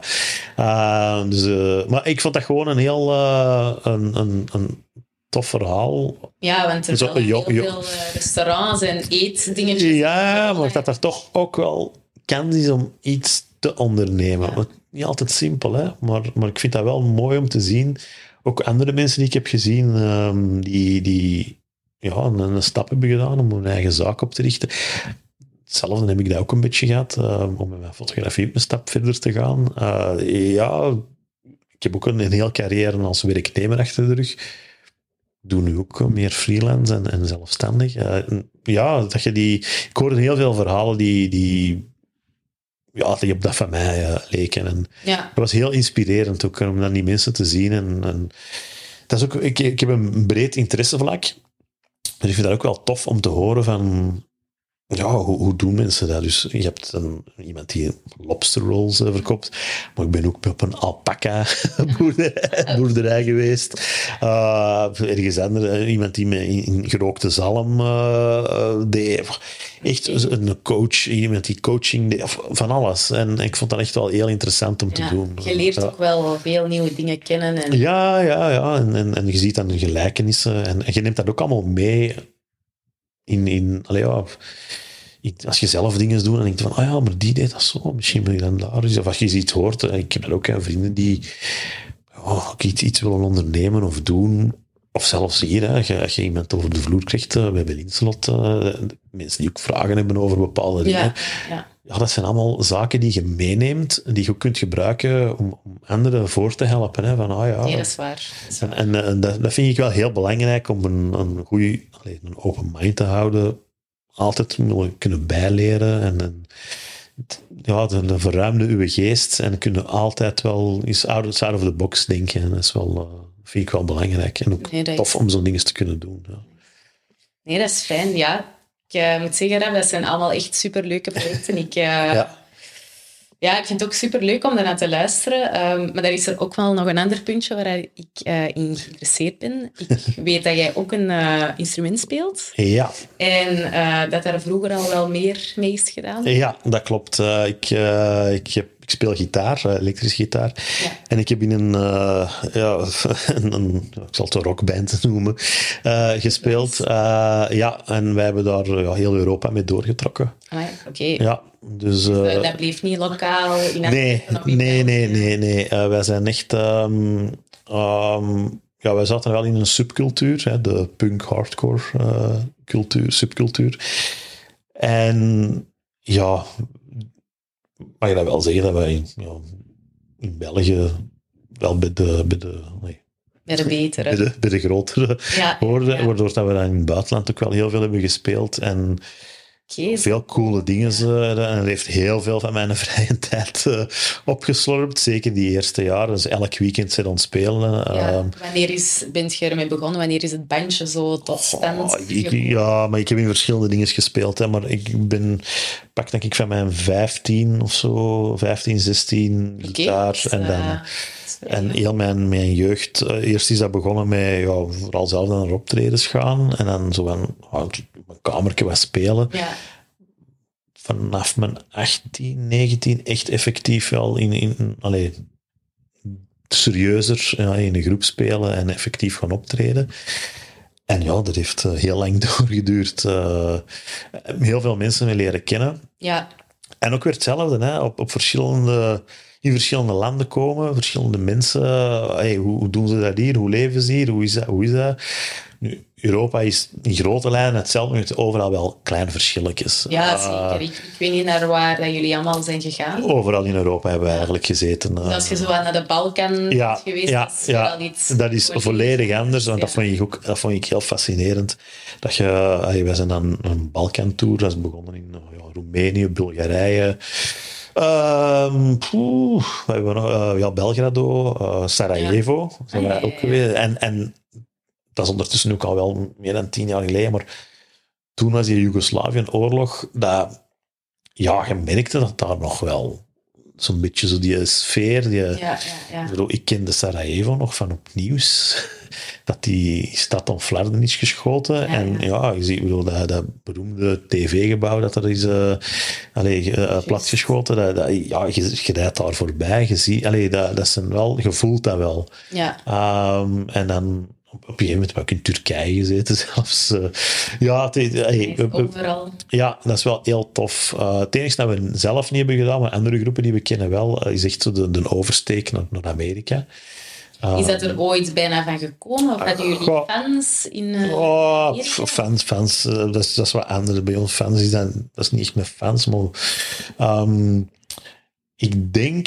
uh, dus, uh, maar ik vond dat gewoon een heel uh, een, een, een tof verhaal. Ja, want er zijn heel veel uh, restaurants en eetdingetjes. Ja, maar dat er toch ook wel kans is om iets te ondernemen. Ja. Niet altijd simpel, hè? Maar, maar ik vind dat wel mooi om te zien. Ook andere mensen die ik heb gezien, um, die, die ja, een, een stap hebben gedaan om hun eigen zaak op te richten. Hetzelfde heb ik dat ook een beetje gehad, uh, om met mijn fotografie een stap verder te gaan. Uh, ja, ik heb ook een, een heel carrière als werknemer achter de rug. Ik doe nu ook meer freelance en, en zelfstandig. Uh, ja, dat je die... Ik hoorde heel veel verhalen die... die ja, die op dat van mij uh, leken. En ja. Het was heel inspirerend ook om dan die mensen te zien. En, en dat is ook, ik, ik heb een breed interessevlak. Dus ik vind dat ook wel tof om te horen van ja, hoe, hoe doen mensen dat? Dus je hebt een, iemand die lobster rolls uh, verkoopt, maar ik ben ook op een alpaca boerderij, boerderij geweest. Uh, ergens anders, iemand die met in gerookte zalm uh, deed. Echt een coach, iemand die coaching deed, van alles. En ik vond dat echt wel heel interessant om ja, te doen. Je leert ja. ook wel veel nieuwe dingen kennen. En... Ja, ja, ja. En, en, en je ziet dan de gelijkenissen. En, en je neemt dat ook allemaal mee in... in allee, ja, als je zelf dingen doet, dan denk je van, ah oh ja, maar die deed dat zo, misschien ben je dan daar. Of als je iets hoort, ik heb dat ook aan vrienden die oh, ook iets, iets willen ondernemen of doen. Of zelfs hier, hè, als, je, als je iemand over de vloer krijgt, uh, bij Belinslot, uh, mensen die ook vragen hebben over bepaalde dingen. Ja, ja. Ja, dat zijn allemaal zaken die je meeneemt, die je ook kunt gebruiken om, om anderen voor te helpen. Hè, van, ah, ja. Nee, dat is waar. Dat is waar. En, en, en dat, dat vind ik wel heel belangrijk om een, een goede, een open mind te houden. Altijd kunnen bijleren en, en ja, dan verruimde uw geest en kunnen altijd wel eens out of the box denken. En dat is wel, uh, vind ik wel belangrijk. En ook nee, tof is... om zo'n dingen te kunnen doen. Ja. Nee, dat is fijn, ja. Ik uh, moet zeggen, dat zijn allemaal echt superleuke projecten. Ik, uh, ja. ja, ik vind het ook superleuk om daarnaar te luisteren. Um, maar daar is er ook wel nog een ander puntje waar ik uh, in geïnteresseerd ben. Ik weet dat jij ook een uh, instrument speelt. Ja. En uh, dat daar vroeger al wel meer mee is gedaan. Ja, dat klopt. Uh, ik, uh, ik, heb, ik speel gitaar, uh, elektrische gitaar. Ja. En ik heb in een, uh, ja, een, een, ik zal het een rockband noemen, uh, gespeeld. Uh, ja, en wij hebben daar uh, heel Europa mee doorgetrokken. Ah, Oké. Okay. Ja. Dus, uh, dus dat bleef niet lokaal? In nee, nee, nee, nee, nee. Uh, wij zijn echt... Um, um, ja, wij zaten wel in een subcultuur, hè, de punk-hardcore uh, cultuur, subcultuur. En ja, mag je dat wel zeggen dat wij in, ja, in België wel bij de... Bij de nee, bij de betere. Bij de, bij de grotere ja, hoorden, ja. Waardoor dat we dan in het buitenland ook wel heel veel hebben gespeeld. En okay, veel coole dingen. Ja. En het heeft heel veel van mijn vrije tijd uh, opgeslorpt. Zeker die eerste jaren. Dus elk weekend zit ons spelen. Ja, um, wanneer is, bent je ermee begonnen? Wanneer is het bandje zo tot stand? Oh, ik, ja, maar ik heb in verschillende dingen gespeeld. Hè, maar ik ben... Pak denk ik van mijn vijftien of zo. vijftien, zestien okay, gitaar. Dus, en dan... Uh, En heel mijn, mijn jeugd, uh, eerst is dat begonnen met ja, vooral zelf naar optredens gaan en dan zo een, uh, een kamertje wat spelen. Ja. Vanaf mijn achttien, negentien echt effectief wel in, in allee, serieuzer ja, in een groep spelen en effectief gaan optreden. En ja, dat heeft uh, heel lang doorgeduurd. Uh, heel veel mensen mee leren kennen. Ja. En ook weer hetzelfde, hè, op, op verschillende... in verschillende landen komen, verschillende mensen. Hey, hoe, hoe doen ze dat hier? Hoe leven ze hier? Hoe is dat? Hoe is dat? Nu, Europa is in grote lijnen hetzelfde, met overal wel kleine verschilletjes. Ja, zeker. Uh, ik, ik weet niet naar waar dat jullie allemaal zijn gegaan. Overal in Europa hebben we eigenlijk gezeten. Dus als je zo naar de Balkan ja, bent geweest, ja, dat is ja, wel iets... Dat is volledig anders, want ja. dat, vond ik ook, dat vond ik heel fascinerend. Dat je, hey, wij zijn dan een Balkantour, dat is begonnen in ja, Roemenië, Bulgarije... Um, poeh, we hebben nog uh, ja, Belgrado, uh, Sarajevo. Ja. Zijn wij ook geweest. En, en dat is ondertussen ook al wel meer dan tien jaar geleden, maar toen was die Joegoslavië-oorlog, dat, ja, je merkte dat daar nog wel zo'n beetje zo die sfeer. Die, ja, ja, ja. Bedoel, ik kende Sarajevo nog van op nieuws. Dat die stad om flarden is geschoten. Ja, en ja, ja je ziet bedoel, dat, dat beroemde tv-gebouw dat er is uh, allee, uh, platgeschoten. Dat, dat, ja, je, je rijdt daar voorbij. Je, ziet, allee, dat, dat zijn wel, je voelt dat wel. Ja. Um, en dan op een gegeven moment heb ik in Turkije gezeten zelfs. Uh, ja, het, hey, uh, overal. Ja, dat is wel heel tof. Uh, het enige dat we zelf niet hebben gedaan, maar andere groepen die we kennen wel, uh, is echt zo de, de oversteek naar, naar Amerika. Uh, is dat er ooit bijna van gekomen? Of hadden jullie uh, fans in uh, oh, fans, fans. Uh, dat, is, dat is wat anders. Bij ons fans is dat, dat is niet echt met fans, maar um, ik denk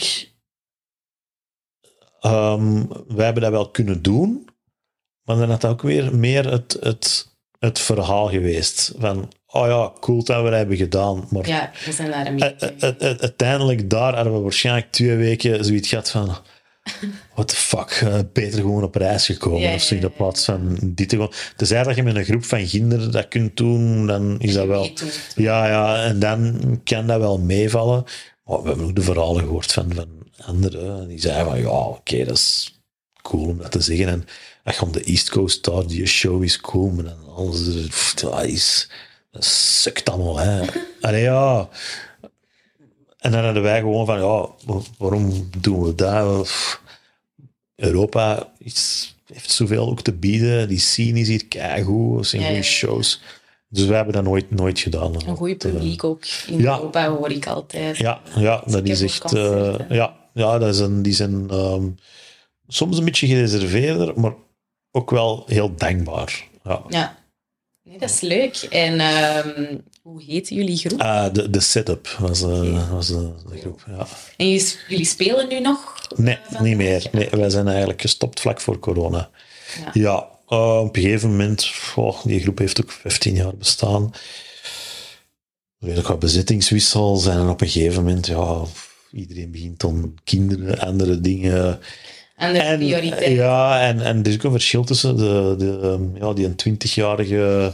um, wij hebben dat wel kunnen doen. Maar dan had dat ook weer meer het, het, het verhaal geweest. Van, oh ja, cool dat we dat hebben gedaan. Maar ja, we zijn daar een beetje. Uiteindelijk daar hadden we waarschijnlijk twee weken zoiets gehad van... what the fuck, uh, beter gewoon op reis gekomen Ja, of zo, ja, in ja, plaats van dit te gewoon. Tenzij dat je met een groep van kinderen dat kunt doen, dan is dat wel... Ja, ja, en dan kan dat wel meevallen. Maar we hebben ook de verhalen gehoord van, van anderen. En die zeiden van, ja, oké, okay, dat is cool om dat te zeggen. En als je op de East Coast staat, die show is cool, maar dan alles, pff, dat is... Dat sukt allemaal, hè. Allee, ja... En dan hadden wij gewoon van, ja, waarom doen we dat? Europa is, heeft zoveel ook te bieden. Die scene is hier keigoed. Er zijn ja, goede ja, ja. shows. Dus wij hebben dat nooit, nooit gedaan. Een goed publiek ook. In ja. Europa hoor ik altijd. Ja, ja dat is echt... Uh, ja, ja, dat is een, die zijn um, soms een beetje gereserveerder, maar ook wel heel dankbaar. Ja. ja. Nee, dat is leuk. En um, hoe heet jullie groep? Uh, de, de Setup was, uh, okay. was de, de groep, ja. En jullie, jullie spelen nu nog? Nee, niet meer. Nee, wij zijn eigenlijk gestopt vlak voor corona. Ja, ja uh, op een gegeven moment... Oh, die groep heeft ook vijftien jaar bestaan. Er zijn ook wat bezittingswissels. En op een gegeven moment... Ja, iedereen begint om kinderen, andere dingen... Andere en, prioriteiten. Ja, en, en er is ook een verschil tussen de, de, ja, die een twintigjarige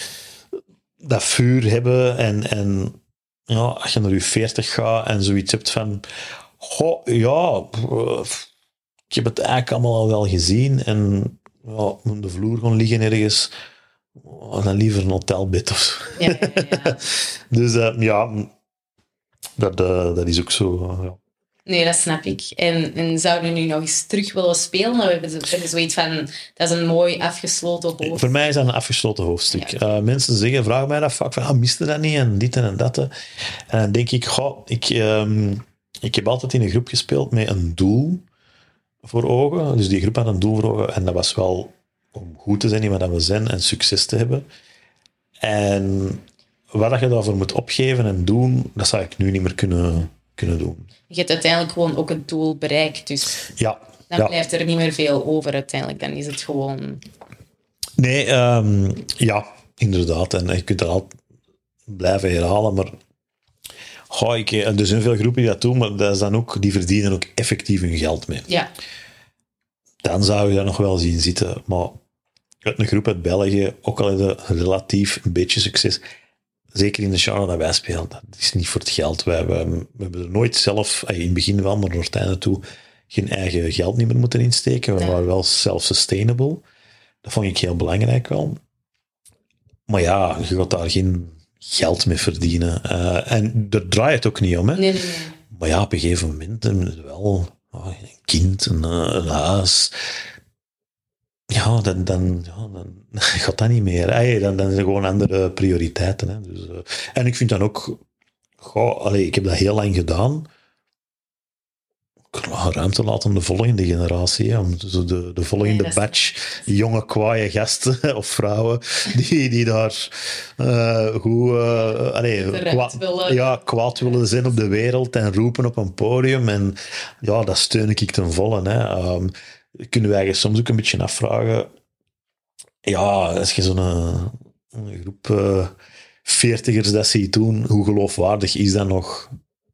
dat vuur hebben en, en ja, als je naar je veertig gaat en zoiets hebt van goh, ja, ik heb het eigenlijk allemaal al wel gezien en ja, op de vloer gaan liggen ergens, dan liever een hotelbed of zo. Ja, ja, ja. Dus uh, ja, dat, uh, dat is ook zo, uh, ja. Nee, dat snap ik. En, en zouden we nu nog eens terug willen spelen? We hebben, we hebben zoiets van, dat is een mooi afgesloten hoofdstuk. Voor mij is dat een afgesloten hoofdstuk. Ja. Uh, mensen zeggen, vragen mij dat vaak, van, ah, miste dat niet? En dit en dat. En dan denk ik, goh, ik, um, ik heb altijd in een groep gespeeld met een doel voor ogen. Dus die groep had een doel voor ogen. En dat was wel om goed te zijn in wat we zijn en succes te hebben. En wat je daarvoor moet opgeven en doen, dat zou ik nu niet meer kunnen... kunnen doen. Je hebt uiteindelijk gewoon ook het doel bereikt, dus ja, dan ja. blijft er niet meer veel over uiteindelijk. Dan is het gewoon... Nee, um, ja, inderdaad. En je kunt dat altijd blijven herhalen, maar goh, ik, er zijn veel groepen die dat doen, maar dat is dan ook, die verdienen ook effectief hun geld mee. Ja. Dan zou je dat nog wel zien zitten, maar uit een groep uit België, ook al is relatief een beetje succes... Zeker in de genre dat wij spelen, dat is niet voor het geld. Wij, wij, we hebben er nooit zelf, in het begin wel, maar naar het einde toe, geen eigen geld niet meer moeten insteken. We ja. waren wel self-sustainable. Dat vond ik heel belangrijk wel. Maar ja, je gaat daar geen geld mee verdienen. Uh, en daar draait het ook niet om. Hè? Nee, nee, nee. Maar ja, op een gegeven moment wel oh, een kind, een, een huis... Ja, dan, dan, ja, dan gaat dat niet meer. Hey, dan, dan zijn er gewoon andere prioriteiten. Hè. Dus, uh, en ik vind dan ook... Goh, allee, ik heb dat heel lang gedaan. Ik kan wel ruimte laten om de volgende generatie. Hè, om zo de, de volgende nee, batch jonge, kwaaie gasten of vrouwen die, die daar uh, goed... Uh, allee, kwaad, willen. Ja, kwaad willen zijn op de wereld en roepen op een podium. En ja, dat steun ik ten volle. Hè. Um, kunnen wij je soms ook een beetje afvragen. Ja, als je zo'n een groep uh, veertigers dat ziet doen, hoe geloofwaardig is dat nog?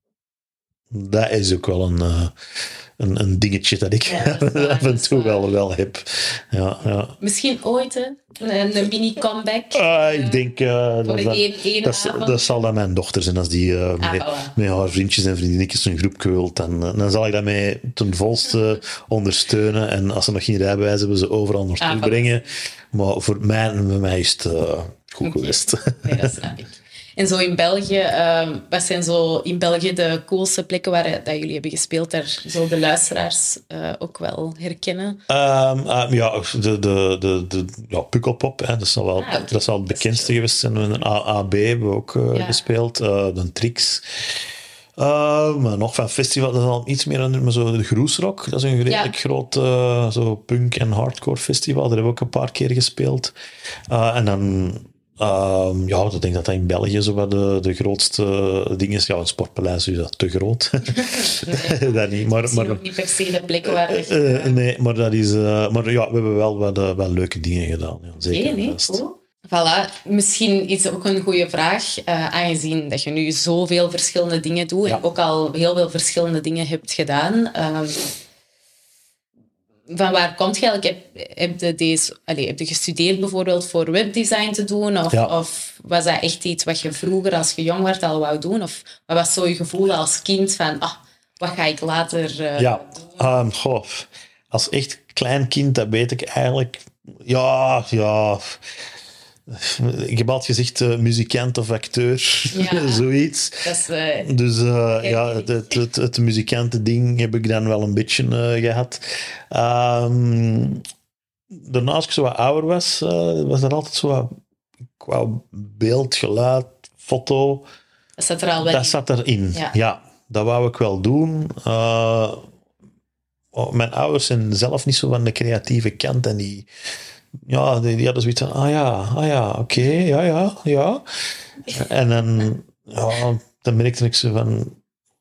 Dat is ook wel een, uh, een, een dingetje dat ik ja, dat waar, af en toe wel, wel heb. Ja, ja. Misschien ooit hè? een, een mini-comeback. Uh, ik denk uh, voor dat, één, één dat, dat zal dan mijn dochter zijn. Als die uh, ah, met, voilà. met haar vriendjes en vriendinnetjes een groep kwult, dan, dan zal ik dat mee ten volste ondersteunen. En als ze nog geen rijbewijs hebben, ze overal naartoe ah, brengen. Maar voor mij en bij mij is het uh, goed okay. geweest. Nee, dat snap ik. En zo in België, uh, wat zijn zo in België de coolste plekken waar dat jullie hebben gespeeld, daar zo de luisteraars uh, ook wel herkennen? Um, uh, ja, de, de, de, de ja, Pukkelpop, hè, dat zal wel, ah, okay. dat zal het bekendste geweest zijn. Een A A B hebben we ook uh, ja. gespeeld, uh, de Trix. Uh, maar nog van festival, dat is al iets meer dan maar zo de Groesrock. Dat is een redelijk ja. groot uh, zo punk- en hardcore festival. Daar hebben we ook een paar keer gespeeld. Uh, en dan... Um, ja, ik denk dat dat in België zo wat de, de grootste ding is. Ja, het Sportpaleis is dat te groot. Nee, dat niet. Maar, maar, ook niet per se de plek waar ik... Uh, nee, maar dat is... Uh, maar ja, we hebben wel wat, uh, wat leuke dingen gedaan. Ja, zeker. Nee, nee, cool. Voilà, misschien is het ook een goede vraag, uh, aangezien dat je nu zoveel verschillende dingen doet ja. en ook al heel veel verschillende dingen hebt gedaan. Um, van waar komt je eigenlijk? Heb, heb, je deze, allez, heb je gestudeerd bijvoorbeeld voor webdesign te doen? Of, Ja. of was dat echt iets wat je vroeger als je jong werd al wou doen? Of wat was zo je gevoel als kind van, ah, wat ga ik later uh, Ja, doen? um, goh, als echt klein kind, dat weet ik eigenlijk... Ja, ja... Ik heb altijd gezegd uh, muzikant of acteur, Ja. zoiets. Dat is, uh, Dus uh, ja, het, het, het, het muzikantending heb ik dan wel een beetje uh, gehad. Um, daarna, als ik zo wat ouder was, uh, was er altijd zo wat... Qua beeld, geluid, foto... dat zat er al wel Dat in. zat erin, Ja. ja. Dat wou ik wel doen. Uh, oh, mijn ouders zijn zelf niet zo van de creatieve kant en die... Ja, die, die hadden zoiets van, ah ja, ah ja, oké, okay, ja, ja, ja. En dan, ja, dan merkte ik zo van...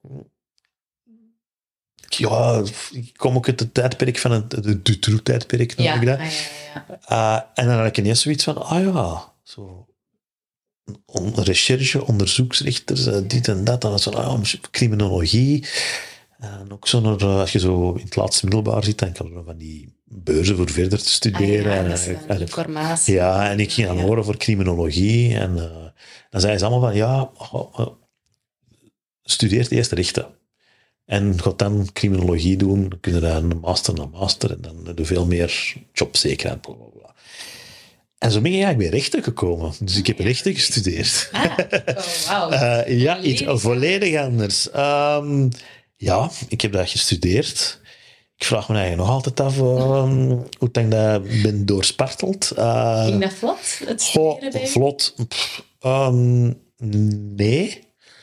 Ja, ik kom ook uit het tijdperk van het de Dutroux-tijdperk, noem Ja. ik dat. Ah, ja, ja. Uh, en dan had ik ineens zoiets van, ah ja, zo... On, recherche, onderzoeksrichters, uh, dit en dat. Dan was zo, ah, criminologie... En ook zo naar, als je zo in het laatste middelbaar zit, dan kan je van die beurzen voor verder te studeren. Ah, ja, en, dat is dan en, informatie. ja, en ik ging dan Ja. horen voor criminologie. En uh, dan zeiden ze allemaal van, ja, oh, oh, studeer eerst rechten. En ga dan criminologie doen. Dan kun je dan een master na master. En dan heb je veel meer jobzekerheid. Bla, bla, bla. En zo ben ik eigenlijk bij rechten gekomen. Dus ik heb rechten gestudeerd. Ah, oh, wauw. Uh, ja, iets Volledig. volledig anders. Um, ja, ik heb dat gestudeerd. Ik vraag me eigenlijk nog altijd af um, hoe ik dat ben doorsparteld. Uh, Ging dat vlot, het goh, studeren bij je? vlot. Pff, um, nee.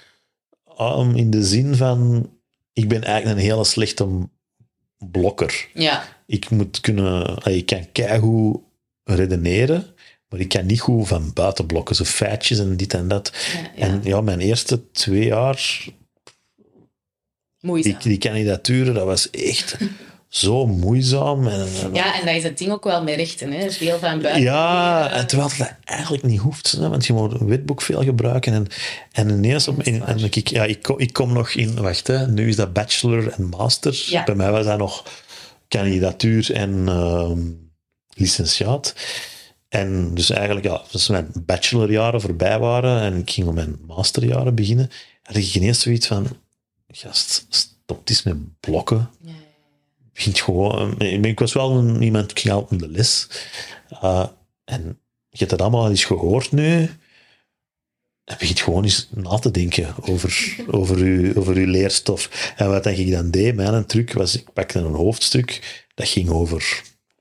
Um, in de zin van... Ik ben eigenlijk een hele slechte blokker. Ja. Ik moet kunnen... Ik kan keigoed redeneren, maar ik kan niet goed van buiten blokken. Zo feitjes en dit en dat. Ja, ja. En ja, mijn eerste twee jaar... Moeizaam. Die, die kandidaturen, dat was echt zo moeizaam. En, en, Ja, en dat is het ding ook wel met rechten. Hè. Veel van buiten. ja, en terwijl dat eigenlijk niet hoeft. Hè, want je moet een wetboek veel gebruiken. En, en ineens... Op, in, en ik, ja, ik, kom, ik kom nog in... Wacht, hè, nu is dat bachelor en master. Ja. Bij mij was dat nog kandidatuur en uh, licentiaat. En dus eigenlijk, ja, als mijn bachelorjaren voorbij waren en ik ging op mijn masterjaren beginnen, had ik ineens zoiets van... Gast, stop eens met blokken. Ja, ja, Begint gewoon... Ik was wel een, iemand, ik ging altijd naar de les. Uh, en je hebt dat allemaal eens gehoord nu. Dan begint gewoon eens na te denken over, over, uw, over uw leerstof. En wat ik dan deed, mijn truc was, ik pakte een hoofdstuk, dat ging over...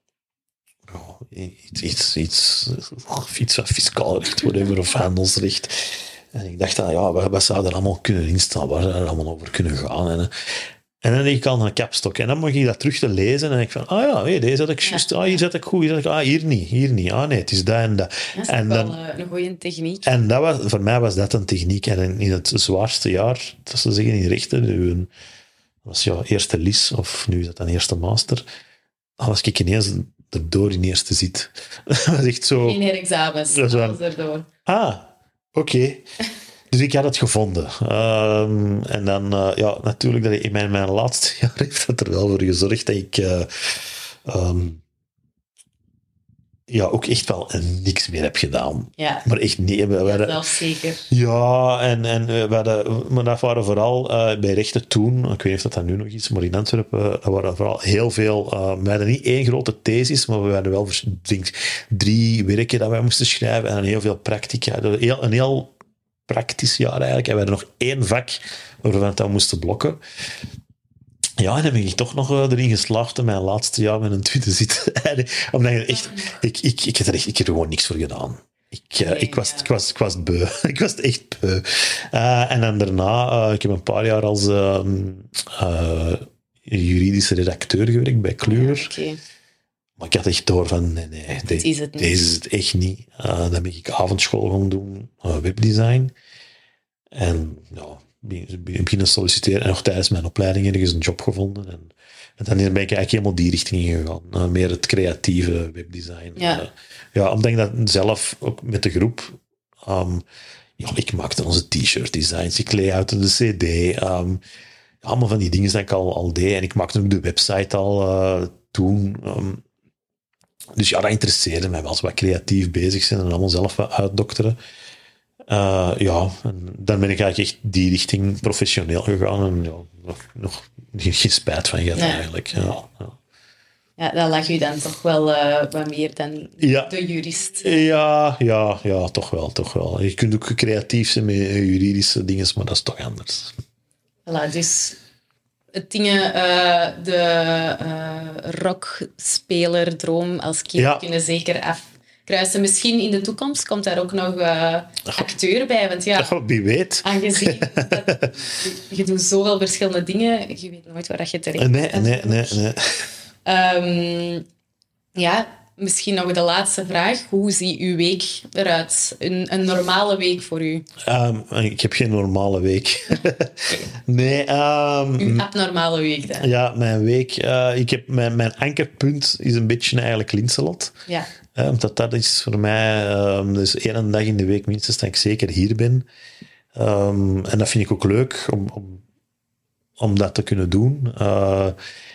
Oh, iets, iets, iets, iets van fiscaal recht, whatever, of handelsrecht. En ik dacht, ah, ja, wat, wat zou er allemaal kunnen instaan? Waar zou er allemaal over kunnen gaan? En, en dan deed ik al een kapstok. En dan mocht ik dat terug te lezen. En ik van, ah ja, hey, deze had ik juist. Ah, hier zat ik goed. Hier, zat ik, ah, hier niet. Hier niet. Ah nee, het is dat en dat. dat is en wel dan, uh, een goede techniek. En dat was, voor mij was dat een techniek. En in het zwaarste jaar, dat ze zeggen in rechten, dat was jouw eerste lis, of nu is dat een eerste master, dan was ik ineens erdoor in eerste zit. Dat was echt zo... Geen herexamens, Dat is wel- alles erdoor. Ah, oké. Okay. Dus ik had het gevonden. Um, en dan, uh, ja, natuurlijk, dat ik in mijn, mijn laatste jaar heeft dat er wel voor gezorgd dat ik uh, um, ja, ook echt wel niks meer heb gedaan. Ja, Maar echt niet. We, we ja hadden- zelfs zeker. ja, en, en uh, we hadden, maar dat waren vooral uh, bij rechten toen, ik weet niet of dat, dat nu nog is, maar in Antwerpen, uh, dat waren vooral heel veel, uh, we hadden niet één grote thesis, maar we hadden wel denk, drie werken dat wij moesten schrijven en heel veel practica. Een heel, een heel praktisch jaar eigenlijk. En we hadden nog één vak waar we het aan moesten blokken. Ja, en dan ben ik toch nog uh, erin geslaagd in mijn laatste jaar met een tweede zitten. Omdat je echt... Ik, ik, ik, heb er echt, ik heb er gewoon niks voor gedaan. Ik, uh, Nee, ik, was, ja. ik, was, ik was het beu. Ik was het echt beu. Uh, en dan daarna, uh, ik heb een paar jaar als uh, uh, juridische redacteur gewerkt bij Kleur. Ja, oké. Maar ik had echt door van, nee, nee, de- is het niet. deze is het echt niet. Uh, dan ben ik avondschool gaan doen, uh, webdesign. En ja, begin- beginnen solliciteren. En nog tijdens mijn opleiding ergens een job gevonden. En, en dan ben ik eigenlijk helemaal die richting ingegaan. Uh, meer het creatieve webdesign. Ja. Uh, ja, omdat ik dat zelf ook met de groep... Um, ja, ik maakte onze t-shirt designs, ik layoutte de cd. Um, allemaal van die dingen die ik al, al deed. En ik maakte ook de website al... Uh, doen. Um, dus ja, dat interesseerde mij wel. Als we wat creatief bezig zijn en allemaal zelf wat uitdokteren. Uh, ja, en dan ben ik eigenlijk echt die richting professioneel gegaan. En ja, nog, nog geen spijt van gehad, nee. eigenlijk. Ja, ja. Ja, dat lag u dan toch wel uh, wat meer dan ja. de jurist. Ja, ja, ja, toch wel, toch wel. Je kunt ook creatief zijn met juridische dingen, maar dat is toch anders. Voilà, dus het dingen, uh, de uh, rockspeler-droom als kind ja. kunnen zeker afkruisen. Misschien in de toekomst komt daar ook nog uh, acteur bij. Want ja, oh, wie weet. Aangezien dat, je, je doet zoveel verschillende dingen, je weet nooit waar je terecht nee, bent. Nee, nee, nee. Um, ja, misschien nog de laatste vraag. Hoe ziet uw week eruit? Een, een normale week voor u? Um, ik heb geen normale week. nee. Um, uw abnormale week dan? Ja, mijn week. Uh, ik heb mijn, mijn ankerpunt is een beetje eigenlijk Linselot. Ja. Uh, omdat dat is voor mij... Um, dus één dag in de week minstens dat ik zeker hier ben. Um, en dat vind ik ook leuk om, om, om dat te kunnen doen. Uh,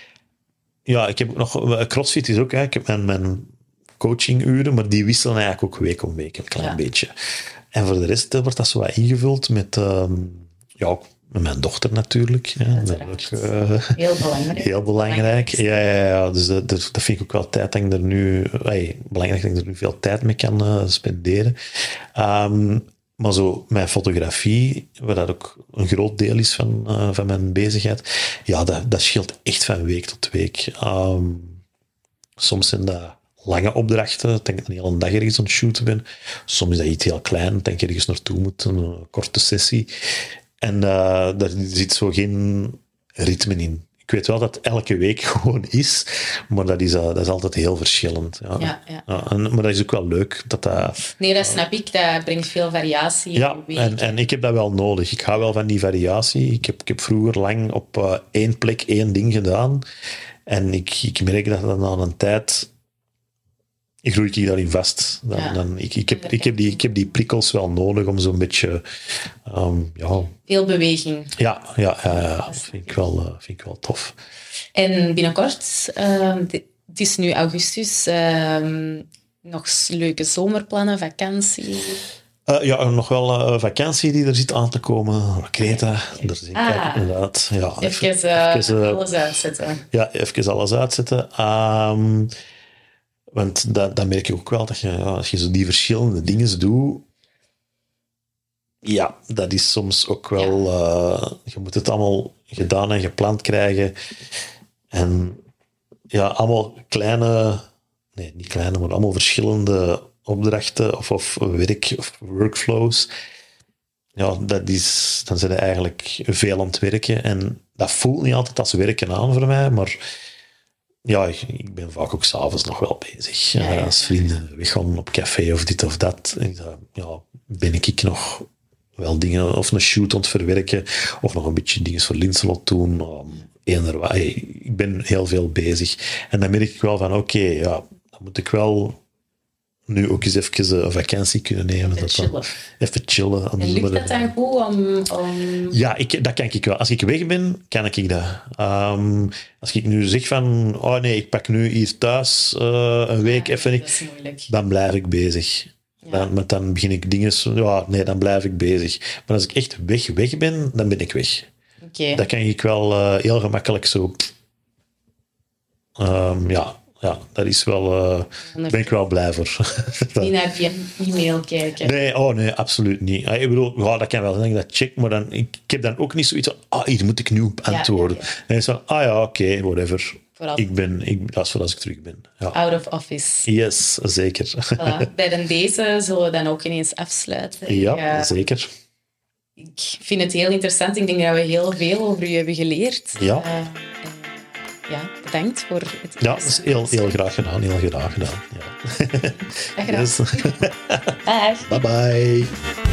Ja, ik heb nog... CrossFit is ook... Hè, ik heb mijn, mijn coachinguren, maar die wisselen eigenlijk ook week om week een klein ja. beetje. En voor de rest wordt dat zo wat ingevuld met... Um, ja, met mijn dochter natuurlijk. Ja, dat ook, uh, heel belangrijk. Heel belangrijk. Ja, ja, ja, dus dat, dat vind ik ook wel tijd dat ik er nu... Hey, belangrijk dat ik er nu veel tijd mee kan uh, spenderen. Um, Maar zo, mijn fotografie, waar dat ook een groot deel is van, uh, van mijn bezigheid, ja, dat, dat scheelt echt van week tot week. Um, soms zijn dat lange opdrachten, dat ik een hele dag ergens aan het shooten ben. Soms is dat iets heel klein, dat ik ergens naartoe moet, een korte sessie. En uh, daar zit zo geen ritme in. Ik weet wel dat het elke week gewoon is, maar dat is, uh, dat is altijd heel verschillend. Ja. Ja, ja. Ja, en, maar dat is ook wel leuk. Dat dat, nee, dat snap ik. Dat brengt veel variatie. Ja, en, en ik heb dat wel nodig. Ik hou wel van die variatie. Ik heb, ik heb vroeger lang op uh, één plek één ding gedaan. En ik, ik merk dat dan aan een tijd... Ik groei ik daarin vast. Dan, ja. dan, ik, ik, heb, ik, heb die, ik heb die prikkels wel nodig om zo'n beetje... Um, ja. Veel beweging. Ja, ja, ja, ja. Dat vind ik wel, uh, vind ik wel tof. En binnenkort, uh, het is nu augustus, uh, nog leuke zomerplannen, vakantie? Uh, ja, nog wel uh, vakantie die er zit aan te komen. Kreta, daar zit ik ah, inderdaad. Ja, even, even, uh, even uh, alles uitzetten. Ja, even alles uitzetten. Um, want dat, dat merk je ook wel, dat je, ja, als je zo die verschillende dingen doet, ja, dat is soms ook wel... Ja. Uh, je moet het allemaal gedaan en gepland krijgen. En ja, allemaal kleine... Nee, niet kleine, maar allemaal verschillende opdrachten of, of werk of workflows. Ja, dat is... Dan zijn ze eigenlijk veel aan het werken. En dat voelt niet altijd als werken aan voor mij, maar... Ja, ik, ik ben vaak ook s'avonds nog wel bezig. Ja, ja. Als vrienden weggaan op café of dit of dat. Ja, ben ik nog wel dingen... Of een shoot aan het verwerken. Of nog een beetje dingen voor Linselot doen. Um, eender wat. Hey, ik ben heel veel bezig. En dan merk ik wel van... Oké, okay, ja, dan moet ik wel... Nu ook eens even een vakantie kunnen nemen. Even dat chillen. Dan, even chillen. En lukt dat dan goed om... om... Ja, ik, dat kan ik wel. Als ik weg ben, kan ik dat. Um, als ik nu zeg van... Oh nee, ik pak nu hier thuis uh, een week ja, even... Dat is moeilijk. Dan blijf ik bezig. Ja. Dan, maar dan begin ik dingen... Ja, nee, dan blijf ik bezig. Maar als ik echt weg, weg ben, dan ben ik weg. Okay. Dat kan ik wel uh, heel gemakkelijk zo... Um, ja... Ja, dat is wel... Uh, daar ben ik wel blij voor. Niet naar je e-mail kijken. Nee, oh nee, absoluut niet. Ik bedoel, ja, dat kan wel zijn dat ik dat check, maar dan, ik, ik heb dan ook niet zoiets van, ah, hier moet ik nu op antwoorden. Ja, ja, ja. En dan van, ah ja, oké, okay, whatever. Vooral. Ik ben, ik, dat is voor als ik terug ben. Ja. Out of office. Yes, zeker. Voilà. Bij de deze zullen we dan ook ineens afsluiten. Ja, ik, uh, zeker. Ik vind het heel interessant. Ik denk dat we heel veel over u hebben geleerd. Ja. Uh, Ja, bedankt voor het... Ja, dat is heel, heel graag gedaan. Heel graag gedaan. Ja. Graag gedaan. Yes. Bye. Bye bye.